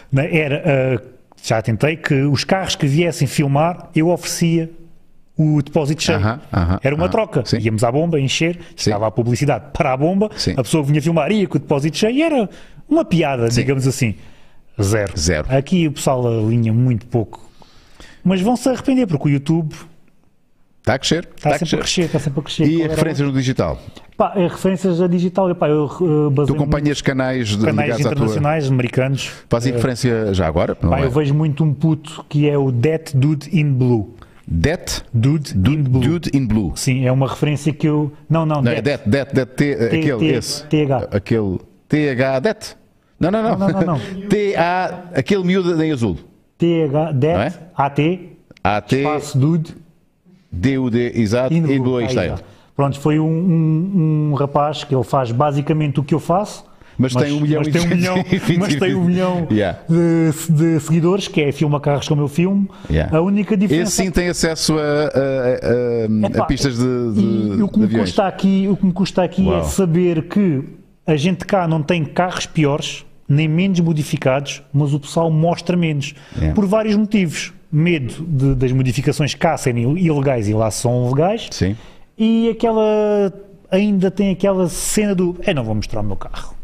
Era, uh, já tentei que os carros que viessem filmar, eu oferecia o depósito cheio. Uh-huh, uh-huh, era uma uh-huh, troca. sim. Íamos à bomba, encher, chegava a publicidade para a bomba, sim. a pessoa vinha filmar, ia com o depósito cheio e era uma piada, sim. digamos assim. Zero. Zero. Aqui o pessoal alinha muito pouco. Mas vão-se arrepender, porque o YouTube... Está a crescer. Está, está sempre a crescer, está sempre a crescer. E referências no digital? Pá, referências a digital, epá, eu uh, Tu acompanhas canais, de, canais internacionais, tua... americanos. Fazem uh, referência já agora? Não pá, é? Eu vejo muito um puto que é o That Dude in Blue. That Dude, Dude in Blue. Dude in Blue. Sim, é uma referência que eu... Não, não, não é That, That, That, T, aquele, esse. T H. Aquele, T H, That. Não, não, não. não, não, não. T A, aquele miúdo em azul. T H, That, A T, A T, espaço Dude. D U D, exato, in Blue, in Blue, aí está. Pronto, foi um, um, um rapaz que ele faz basicamente o que eu faço. Mas, mas tem um milhão, mas tem um milhão, mas tem um milhão yeah. de, de seguidores, que é filma carros como eu filmo. Yeah. A única diferença... Esse sim tem acesso a, a, a, Epá, a pistas de, de, e o que me de aviões. custa aqui, o que me custa aqui Uau. é saber que a gente cá não tem carros piores, nem menos modificados, mas o pessoal mostra menos. Yeah. Por vários motivos. Medo de, das modificações cá serem ilegais e lá são legais. Sim. E aquela... ainda tem aquela cena do eu não vou mostrar o meu carro.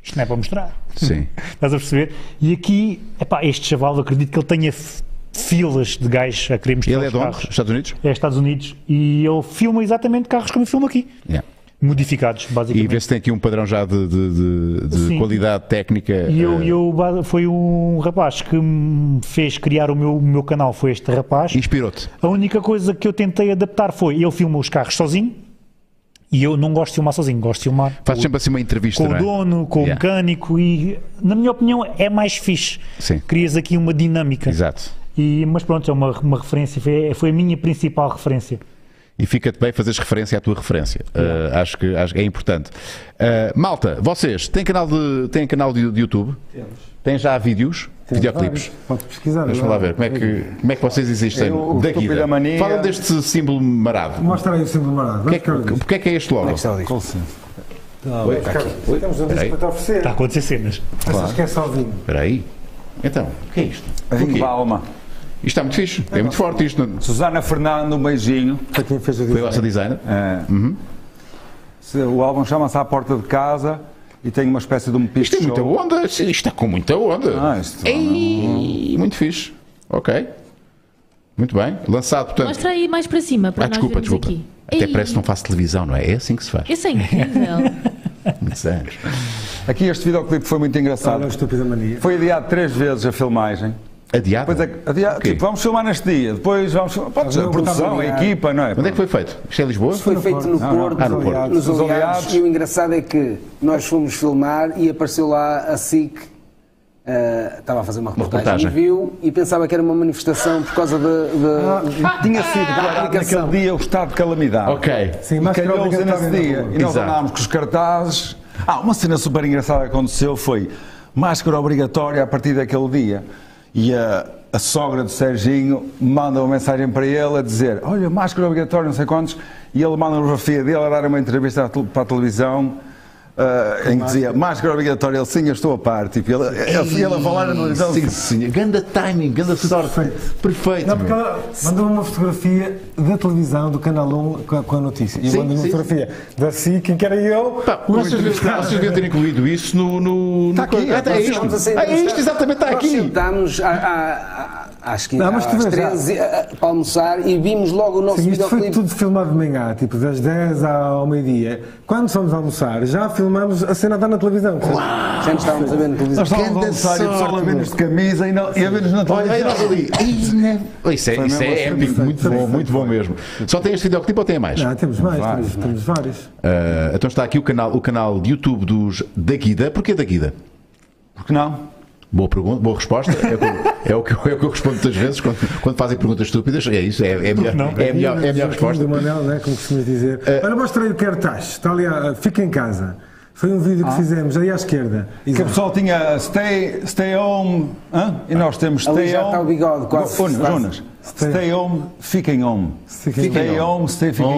Isto não é para mostrar. Sim. Estás a perceber? E aqui, epá, este chaval, eu acredito que ele tenha f- filas de gajos a querer mostrar Ele é os de onde? carros. Estados Unidos? É Estados Unidos. E ele filma exatamente carros como eu filmo aqui. Yeah. Modificados, E basicamente. vê se tem aqui um padrão já de, de- de- de Sim. qualidade técnica. E eu, eh, eu, ba- foi um rapaz que me fez criar o meu, o meu canal, foi este rapaz. Inspirou-te. A única coisa que eu tentei adaptar foi, ele filma os carros sozinho, e eu não gosto de filmar sozinho, gosto de filmar Faz com, sempre assim uma entrevista, com não o é? dono, com Yeah. o mecânico, e na minha opinião é mais fixe. Sim. Crias aqui uma dinâmica. Exato. E, mas pronto, é uma, uma referência, foi, foi a minha principal referência. E fica-te bem fazeres referência à tua referência. Uh, acho, que, acho que é importante. Uh, malta, vocês têm canal de, têm canal de, de YouTube? Temos. Têm já vídeos? Temos Videoclipes? vários. Pode pesquisar. Deixa-me lá ver. Como é, que, como é que vocês existem? Eu, o da Guida. Estúpida Mania. Fala deste símbolo marado. Mostra aí o símbolo marado. O que é Vamos que, ficar porque é que é este logo? Está ali. Com licença. Oi, está aqui. Oi, Temos um disco Espera aí. para te oferecer. Está a acontecer cenas. Achas que é só vinho? Espera aí. Então, o que é isto? O Vinho quê? Balma. Isto está muito fixe. É muito forte isto. Susana Fernando, um beijinho. Para quem fez o Foi a vossa design. designer? É. Se- O álbum chama-se À Porta de Casa e tem uma espécie de um Isto piste tem muita show. onda. Isto está com muita onda. Ah, isto- Ei, muito fixe. Ok. Muito bem. Lançado, portanto. Mostra aí mais para cima, para Ah, nós desculpa, vermos desculpa. aqui. Até Ei, parece que não faço televisão, não é? É assim que se faz. Isso é incrível. Muitos anos. Aqui este videoclipe foi muito engraçado. Olha a estúpida mania. Foi adiado três vezes a filmagem. Adiado? Depois é, adiado, Ok. tipo, vamos filmar neste dia, depois vamos filmar. Pode ser a não, produção, a estava equipa, não é? Onde é que foi feito? Isto é Lisboa? Foi feito no Porto, Ah, no Porto. nos Nos Aliados, Aliados. e o engraçado é que nós fomos filmar e apareceu lá a S I C, eh, estava a fazer uma reportagem, reportagem. e viu e pensava que era uma manifestação por causa de... de- Ah, Tinha sido declarado aplicação. naquele dia o estado de calamidade. Ok. Sim, E mas calhou nesse dia. E nós Exato. andámos com os cartazes. Ah, uma cena super engraçada que aconteceu foi máscara obrigatória a partir daquele dia. E a, a sogra do Serginho manda uma mensagem para ele a dizer: olha, máscara obrigatória, não sei quantos. E ele manda uma fotografia dele a dar uma entrevista à tel- para a televisão. ah, em que dizia máscara obrigatória, ele sim, eu estou a par. Tipo, ele, ele, ele a falar na televisão. Sim, sim. Ganda timing, ganda sorte. Perfeito. Perfeito. Não, porque meu. ela mandou uma fotografia da televisão, do Canal um, com a, com a notícia. E eu Sim, mandei uma sim. fotografia da S I C, quem que era eu. Pá, vocês, deviam- vocês deviam ter incluído isso no. no Está no- aqui, Ah, é Nós isto. estamos a ser Ah, é isto, entrevistados. exatamente, está Nós aqui. sentámos à- à- à- às quinze, Não, mas tu às vês já. treze a- a- para almoçar e vimos logo o nosso Sim, isto foi videoclipe. tudo filmado de manhã, tipo das dez ao meio-dia. Quando fomos almoçar, já filmamos a cena a dar na televisão. Já nos estávamos a ver na televisão. Nós estávamos a Ganda almoçar e o pessoal a sorte, ver-nos de camisa e, não, e a ver-nos na Olha, olha nós televisão. ali. Ih, né? Isso é, isso é épico, muito bom, muito bom mesmo. Só tem este videoclipe ou tem mais? Não, temos mais, Vários, temos, temos vários. Ah, então está aqui o canal, o canal de YouTube dos da Guida. Porquê da Guida? Por que não? Boa pergunta, boa resposta. É o que, eu- é o que, eu- é o que eu respondo muitas vezes quando, quando fazem perguntas estúpidas. É isso, é, é, a, melhor, não? é, a, melhor, é a melhor resposta. Do Manel, né, como costumas dizer. Olha, mostra aí o cartaz. Está ali, a- fica em casa. Foi um vídeo que fizemos aí à esquerda. Que o Exato. pessoal tinha stay, stay home, hã? E nós temos Ali stay já home. está o bigode quase Jonas, quase. Jonas, Stay- stay home, fiquem home. Fiquem Stay home. home, stay fiquem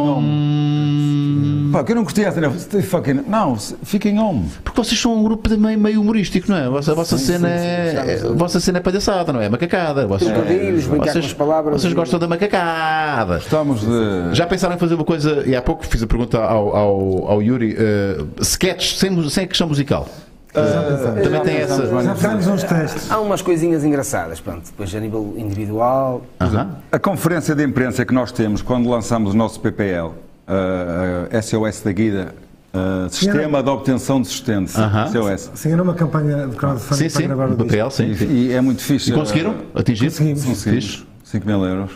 home. Pá, que eu não gostei assim, não, stay fucking. Não, fiquem home. Porque vocês são um grupo de meio, meio humorístico, não é? A vossa, a vossa cena é. A vossa cena é palhaçada, não é? Macacada. Vocês, Trocadilhos, brincar com as palavras vocês e- gostam da macacada. Estamos de. Já pensaram em fazer uma coisa, e há pouco fiz a pergunta ao, ao, ao Yuri, uh, sketches sem, sem questão musical. Uh, também tem essa. Já fizemos uns testes. Há umas coisinhas engraçadas, pronto. Depois a nível individual. Aham. A conferência de imprensa que nós temos quando lançamos o nosso P P L, uh, uh, S O S da Guida, uh, Sistema de Obtenção de Sustento, Aham. S O S. Sim, era uma campanha de crowdfunding Sim, para sim, gravar o no disco. papel, sim. sim. E é muito fixe. E conseguiram atingir? Conseguimos. Fixe. cinco mil euros.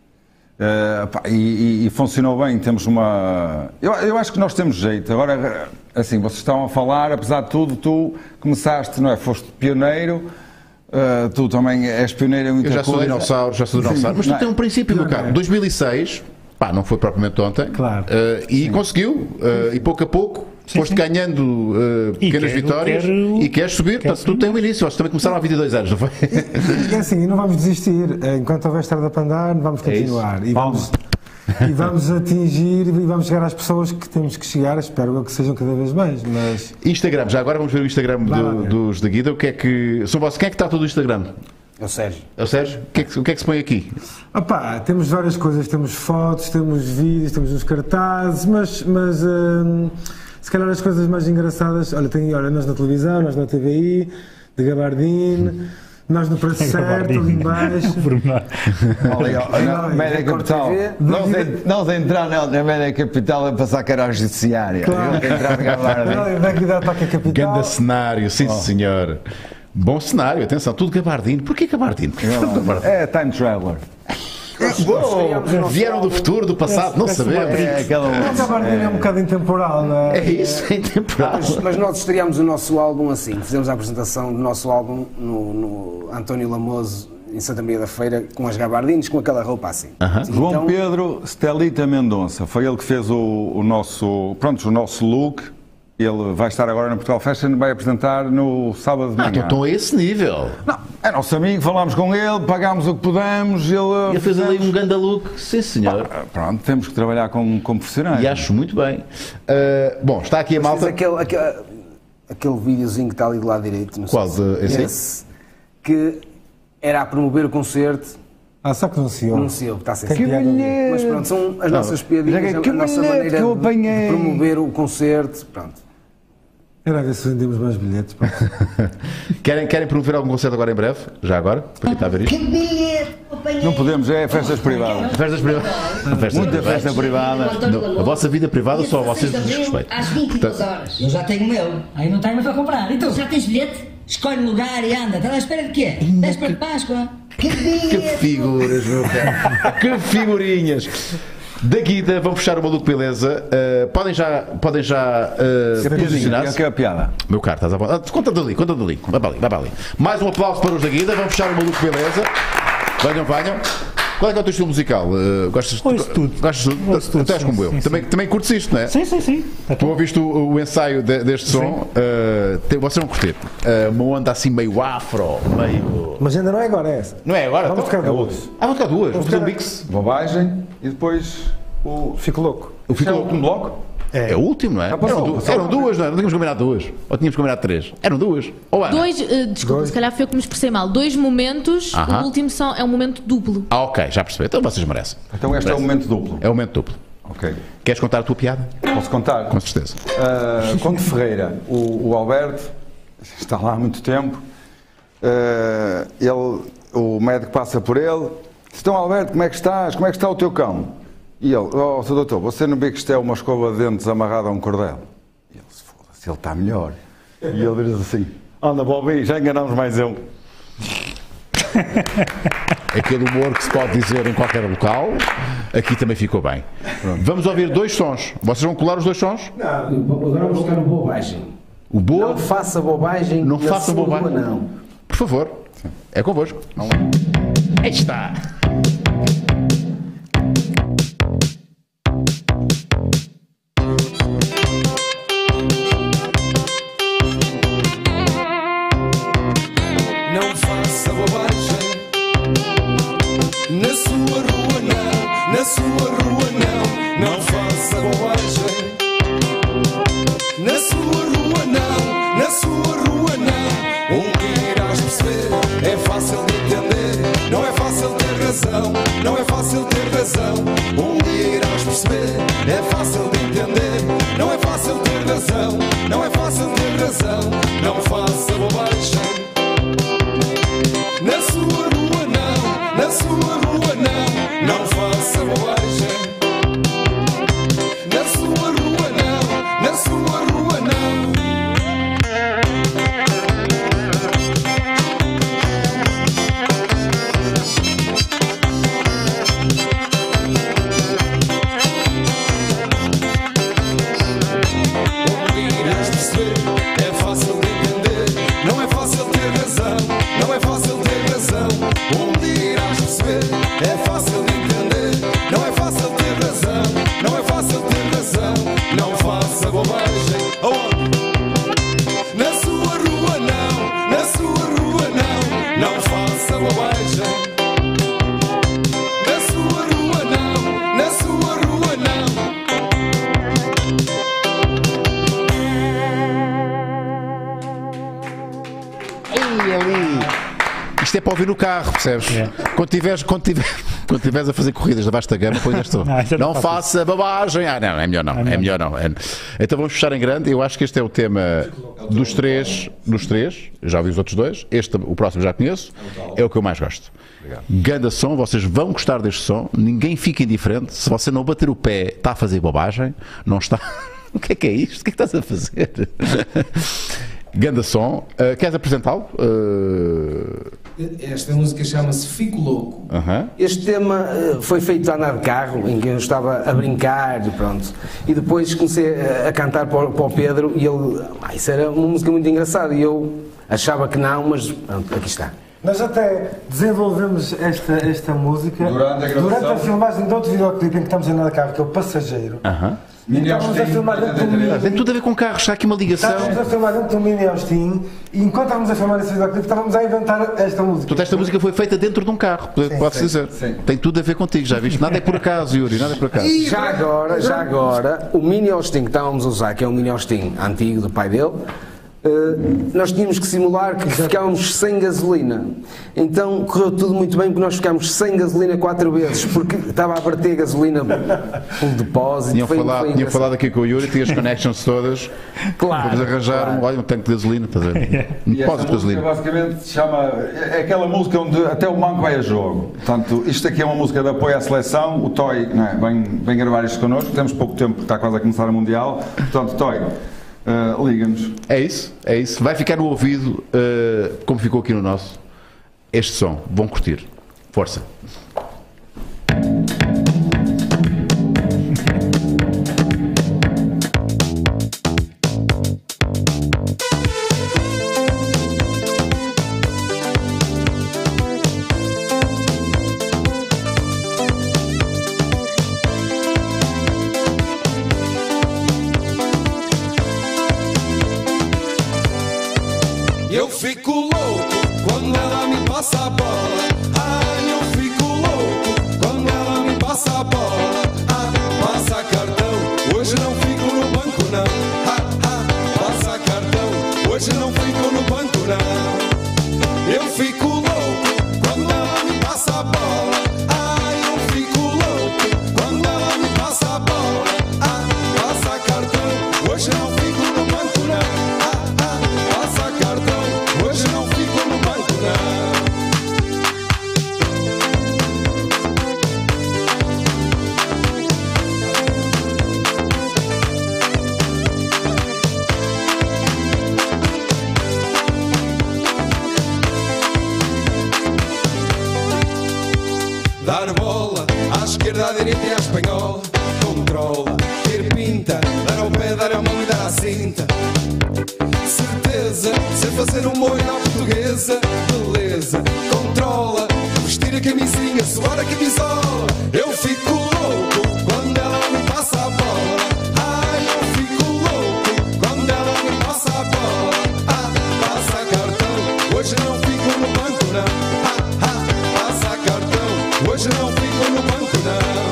Uh, pá, e, e- e funcionou bem, temos uma... Eu, eu acho que nós temos jeito. Agora, assim, vocês estavam a falar, apesar de tudo, tu começaste, não é? Foste pioneiro, uh, tu também és pioneiro em muita Eu já sou coisa. dinossauro, já sou dinossauro. Mas tu Não é? tens um princípio, meu Não, caro. não é. dois mil e seis, pá, não foi propriamente ontem. Claro. Uh, e conseguiu. uh, e pouco a pouco foste sim. ganhando uh, E pequenas quero- vitórias quero- e queres subir. Portanto, tu tens um início. Vocês também começaram há vinte e dois anos, não foi? E é assim, e não vamos desistir. Enquanto houver estrada para andar, vamos É isso. continuar. E vamos, e vamos atingir e vamos chegar às pessoas que temos que chegar. Espero eu que sejam cada vez mais. Mas Instagram, já agora vamos ver o Instagram Vai lá do- ver. dos da Guida. O que é que. São vocês, quem é que trata do Instagram? É o Sérgio. É o Sérgio? O que é que, o que é que se põe aqui? opá, temos várias coisas. Temos fotos, temos vídeos, temos uns cartazes, mas, mas hum, se calhar as coisas mais engraçadas, olha, tem, olha, nós na televisão, nós na T V I, de Gabardine, nós no Preço Certo, ali em baixo. Olha, na Média Capital, nós, en- nós entrar na, na Média Capital a passar que era a judiciária. Claro. Eu que entrar a Gabardine. Não, vai que dá toque a capital. Ganda cenário, sim senhor. Bom cenário, atenção, tudo Gabardine. Porquê Gabardine? É time traveler. Uou, vieram do futuro, do passado, não sabemos. É aquela. A Gabardine é um bocado intemporal, não é? É isso, é intemporal. Mas, mas nós estreámos o nosso álbum assim, fizemos a apresentação do nosso álbum no, no António Lamoso, em Santa Maria da Feira, com as gabardines, com aquela roupa assim. João Então, Pedro Stelita Mendonça, foi ele que fez o, o nosso, pronto, o nosso look. Ele vai estar agora na Portugal Fashion e vai apresentar no sábado de Ah, manhã. então estão a esse nível. Não, é nosso amigo, falámos com ele, pagámos o que pudemos, ele... Ele fez ali fizemos- um ganda look, sim senhor. Ah, Pronto, temos que trabalhar com, com profissionais. E acho muito bem. Uh, bom, está aqui a fiz malta. aquele, aquele, aquele videozinho que está ali do lado direito, não sei Qual? se- De- esse aí? esse, que era a promover o concerto, Ah, só que anunciou. anunciou, que está a ser Tem feito. piada. Mas pronto, são as nossas piadinhas, que a nossa bonito maneira que eu de- apanhei. de promover o concerto, pronto. Era a ver se vendemos mais bilhetes. pá. Querem, querem promover algum concerto agora em breve? Já agora? Para quem está a ver isto? Não podemos, é festas privadas. Festas privadas. Festas Muita privadas. festa privada. Não, a vossa vida privada só a vocês diz respeito. Às vinte e duas horas. Eu já tenho o meu. Aí não tenho mais para comprar. E tu? Já tens bilhete? Escolhe lugar e anda. Estás à espera de quê? Véspera de Páscoa. Que Que bilhete! figuras, meu caro. Que figurinhas. Da Guida, vão puxar o maluco beleza. Uh, podem já, podem já uh, É posicionar-se. que é a piada. Meu caro, estás a vontade. Ah, conta dali, conta dali. Vai para ali, vai para ali. Mais um aplauso para os da Guida. Vamos puxar o maluco beleza. Venham, venham. Qual é que é o teu estilo musical? Uh, gostas Ouço tudo. Gostas de Ouço tudo? tudo, Tu és sim, como eu. sim, Também, também curtes isto, não é? Sim, sim, sim. Tu ouviste o, o ensaio de- deste som, uh, tem, vocês vão curtir. Uh, uma onda assim meio afro, meio. Mas ainda não é agora, é essa. Não é agora? Vamos Então- ficar duas. Ah, vão ficar duas. Vamos fazer um ficar- mix. Bobagem e depois o. Fico louco. O Isto é o Fico- último bloco? É o último, não é? passou, eram, du- passou. eram duas, não é? Não tínhamos combinado duas. Ou tínhamos combinado três. Eram duas. Ou Ana? Dois, eh, desculpa, Dois. se calhar foi eu que me expressei mal. Dois momentos, Aham. o último são, é um momento duplo. Ah, ok, já percebi. Então vocês merecem. Então este é o momento duplo. É o momento duplo. Ok. Queres contar a tua piada? Posso contar? Com certeza. Uh, Conde Ferreira, o, o Alberto, está lá há muito tempo. Uh, ele, o médico passa por ele. Diz, então, Alberto, como é que estás? Como é que está o teu cão? E ele, oh, seu doutor, você não vê que isto é uma escova de dentes amarrada a um cordel? E ele, se foda-se, ele está melhor. E ele diz assim, anda, Bobby, já enganamos mais um. Aquele humor que se pode dizer em qualquer local, aqui também ficou bem. Vamos ouvir dois sons. Vocês vão colar os dois sons? Agora vamos buscar o bobagem. O boa, Não faça bobagem. não na façam sua bobagem. rua, não. Por favor. É convosco. Aí está. Não faça bobagem na sua rua, não. Na sua rua, não. Não faça bobagem na sua rua, não. Na sua rua, não. Um dia irás perceber, é fácil de entender. Não é fácil ter razão, não é fácil ter razão. Um dia irás perceber, é fácil de entender. Não é fácil ter razão, não é fácil ter razão. Não faça bobagem. Na sua rua não, na sua rua não, não faça bobagem. Na sua rua não, na sua rua não. Um dia irás perceber, é fácil de para ouvir no carro, percebes? É. Quando tiveres quando tiver, quando tiveres a fazer corridas da vasta gama, põe isto. Não, isso é Não fácil. faça babagem. Ah, não, é melhor não. É melhor não. É- Então vamos fechar em grande. Eu acho que este é o tema dos três. Dos três. Já ouvi os outros dois. Este, o próximo já conheço. É o que eu mais gosto. Ganda som, vocês vão gostar deste som. Ninguém fica indiferente. Se você não bater o pé, está a fazer bobagem. Não está. O que é que é isto? O que é que estás a fazer? Ganda som. Uh, queres apresentá-lo? Uh... Esta música chama-se Fico Louco. Uh-huh. Este tema eh, foi feito a andar de carro, em que eu estava a brincar, pronto. E depois comecei a, a cantar para o, para o Pedro e ele, ah, isso era uma música muito engraçada e eu achava que não, mas pronto, aqui está. Nós até desenvolvemos esta, esta música Durante a gravação. durante a filmagem de outro videoclipe em que estamos a andar de carro, que é o Passageiro. Uh-huh. E estávamos a filmar dentro do mini. Tem tudo a ver com carros, está aqui uma ligação. Estávamos a filmar dentro do mini Austin e enquanto estávamos a filmar esse videoclipe estávamos a inventar esta música. Portanto, esta música foi feita dentro de um carro, pode-se dizer. sim. Tem tudo a ver contigo, já viste? Nada é por acaso, Yuri, nada é por acaso. E já agora, já agora, o Mini Austin que estávamos a usar, que é um Mini Austin antigo do pai dele, eh, nós tínhamos que simular que ficávamos sem gasolina. Então correu tudo muito bem porque nós ficámos sem gasolina quatro vezes, porque estava a verter gasolina pelo depósito. Tinham foi, falado, foi tinham engraçado. falado aqui com o Yuri, tinha as connections todas. Claro, Vamos arranjar claro. um, olha, um tanque de gasolina, estás a ver? Um E esta depósito de música gasolina. basicamente se chama. É aquela música onde até o manco vai a jogo. Portanto, isto aqui é uma música de apoio à seleção. O Toy, não é, vem, vem gravar isto connosco. Temos pouco tempo porque está quase a começar o Mundial. Portanto, Toy, uh, liga-nos. É isso, é isso. Vai ficar no ouvido, uh, como ficou aqui no nosso, este som. Vão curtir. Força. Eu fico louco quando ela me passa a bola. Ai, eu fico louco quando ela me passa a bola. Ah, passa cartão, hoje não fico no banco não. Ah, ah, passa cartão, hoje não fico no banco não. Eu fico louco quando ela me passa a bola. Ai, eu fico louco quando ela me passa a bola. Ah, passa cartão, hoje não fico no banco não. Ah, ah, passa cartão, hoje não fico no banco não. Dar bola à esquerda, à direita e à espanhola. Controla, ter pinta, dar ao pé, dar a mão e dar à cinta. Certeza, sei fazer um molho à portuguesa. Beleza, controla, vestir a camisinha, suar a camisola. Eu fico louco quando ela me passa a bola. Ai, eu fico louco quando ela me passa a bola. Ah, passa cartão, hoje não fico no banco não. Ah, ah, passa cartão, hoje não fico no banco não.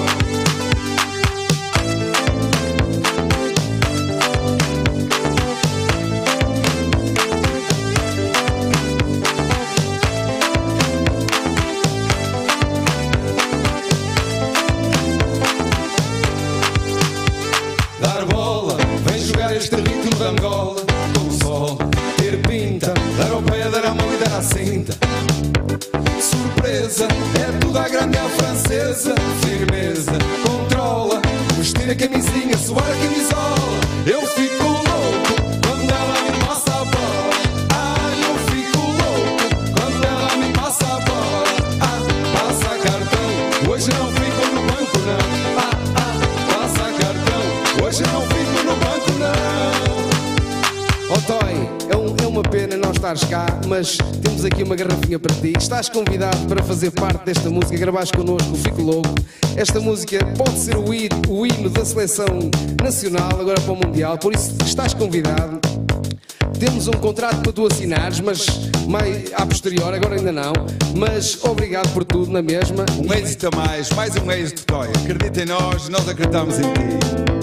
Dar bola, vem jogar este ritmo de Angola. Com o sol, ter pinta, dar ao pé, dar à mão e dar à cinta. Surpresa, é tudo à grande à francesa. Firmeza, controla, vestir a camisinha, suar a camisola. Eu fico louco quando ela me passa a bola. Ai, eu fico louco quando ela me passa a bola. Ah, passa cartão, hoje não fico no banco não. Ah, ah, passa cartão, hoje não fico no banco não. Oh Toy, é, um- é uma pena não estares cá, mas temos aqui uma garrafinha para ti. Estás convidado para fazer parte desta música, gravares connosco o Fico Louco. Esta música pode ser o hino, o hino da seleção nacional agora para o Mundial, por isso estás convidado. Temos um contrato para tu assinares, mas mais a posterior, agora ainda não. Mas obrigado por tudo na mesma. Um êxito a mais, mais um êxito, Toy. Acredita em nós, nós acreditamos em ti.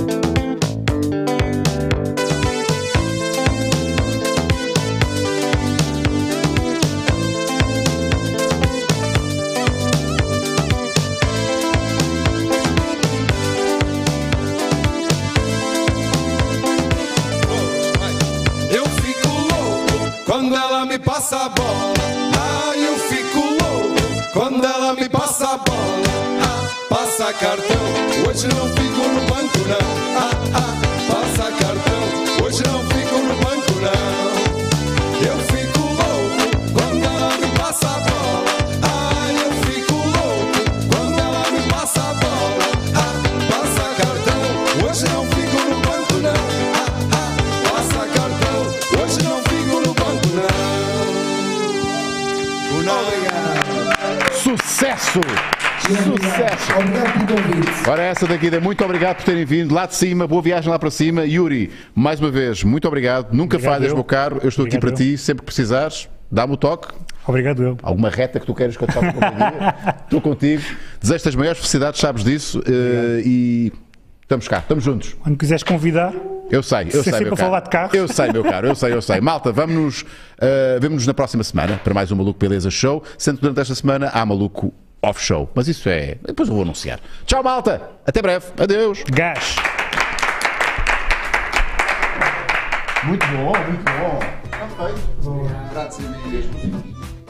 passa cartão, hoje não fico no banco não. Ah, ah, passa cartão, hoje não fico no banco não. Eu fico louco quando ela me passa a bola. Ah, eu fico louco quando ela me passa a bola. Ah, passa cartão, hoje não fico no banco não. Ah, ah, passa cartão, hoje não fico no banco não. Obrigado. Sucesso! Sucesso! Obrigado pelo convite. Ora, essa daqui, muito obrigado por terem vindo lá de cima, boa viagem lá para cima. Yuri, mais uma vez, muito obrigado. Nunca Obrigado falhas, eu. meu caro. Eu estou Obrigado aqui para eu. ti, sempre que precisares, dá-me o toque. Obrigado eu. Alguma reta que tu queiras que eu te faça companhia, estou contigo. Desejo-te as maiores felicidades, sabes disso. eh, e estamos cá, estamos juntos. Quando quiseres convidar, Eu sei, eu Sem sei, sempre meu a falar caro. de carros. Eu sei, meu caro, eu sei, eu sei. Malta, vamos-nos uh, vemo-nos na próxima semana para mais um Maluco Beleza Show. Sendo que durante esta semana há Maluco Off Show. Mas isso é. Depois eu vou anunciar. Tchau, malta. Até breve. Adeus. gás. Muito bom, muito bom. Está feito. Graças a Deus.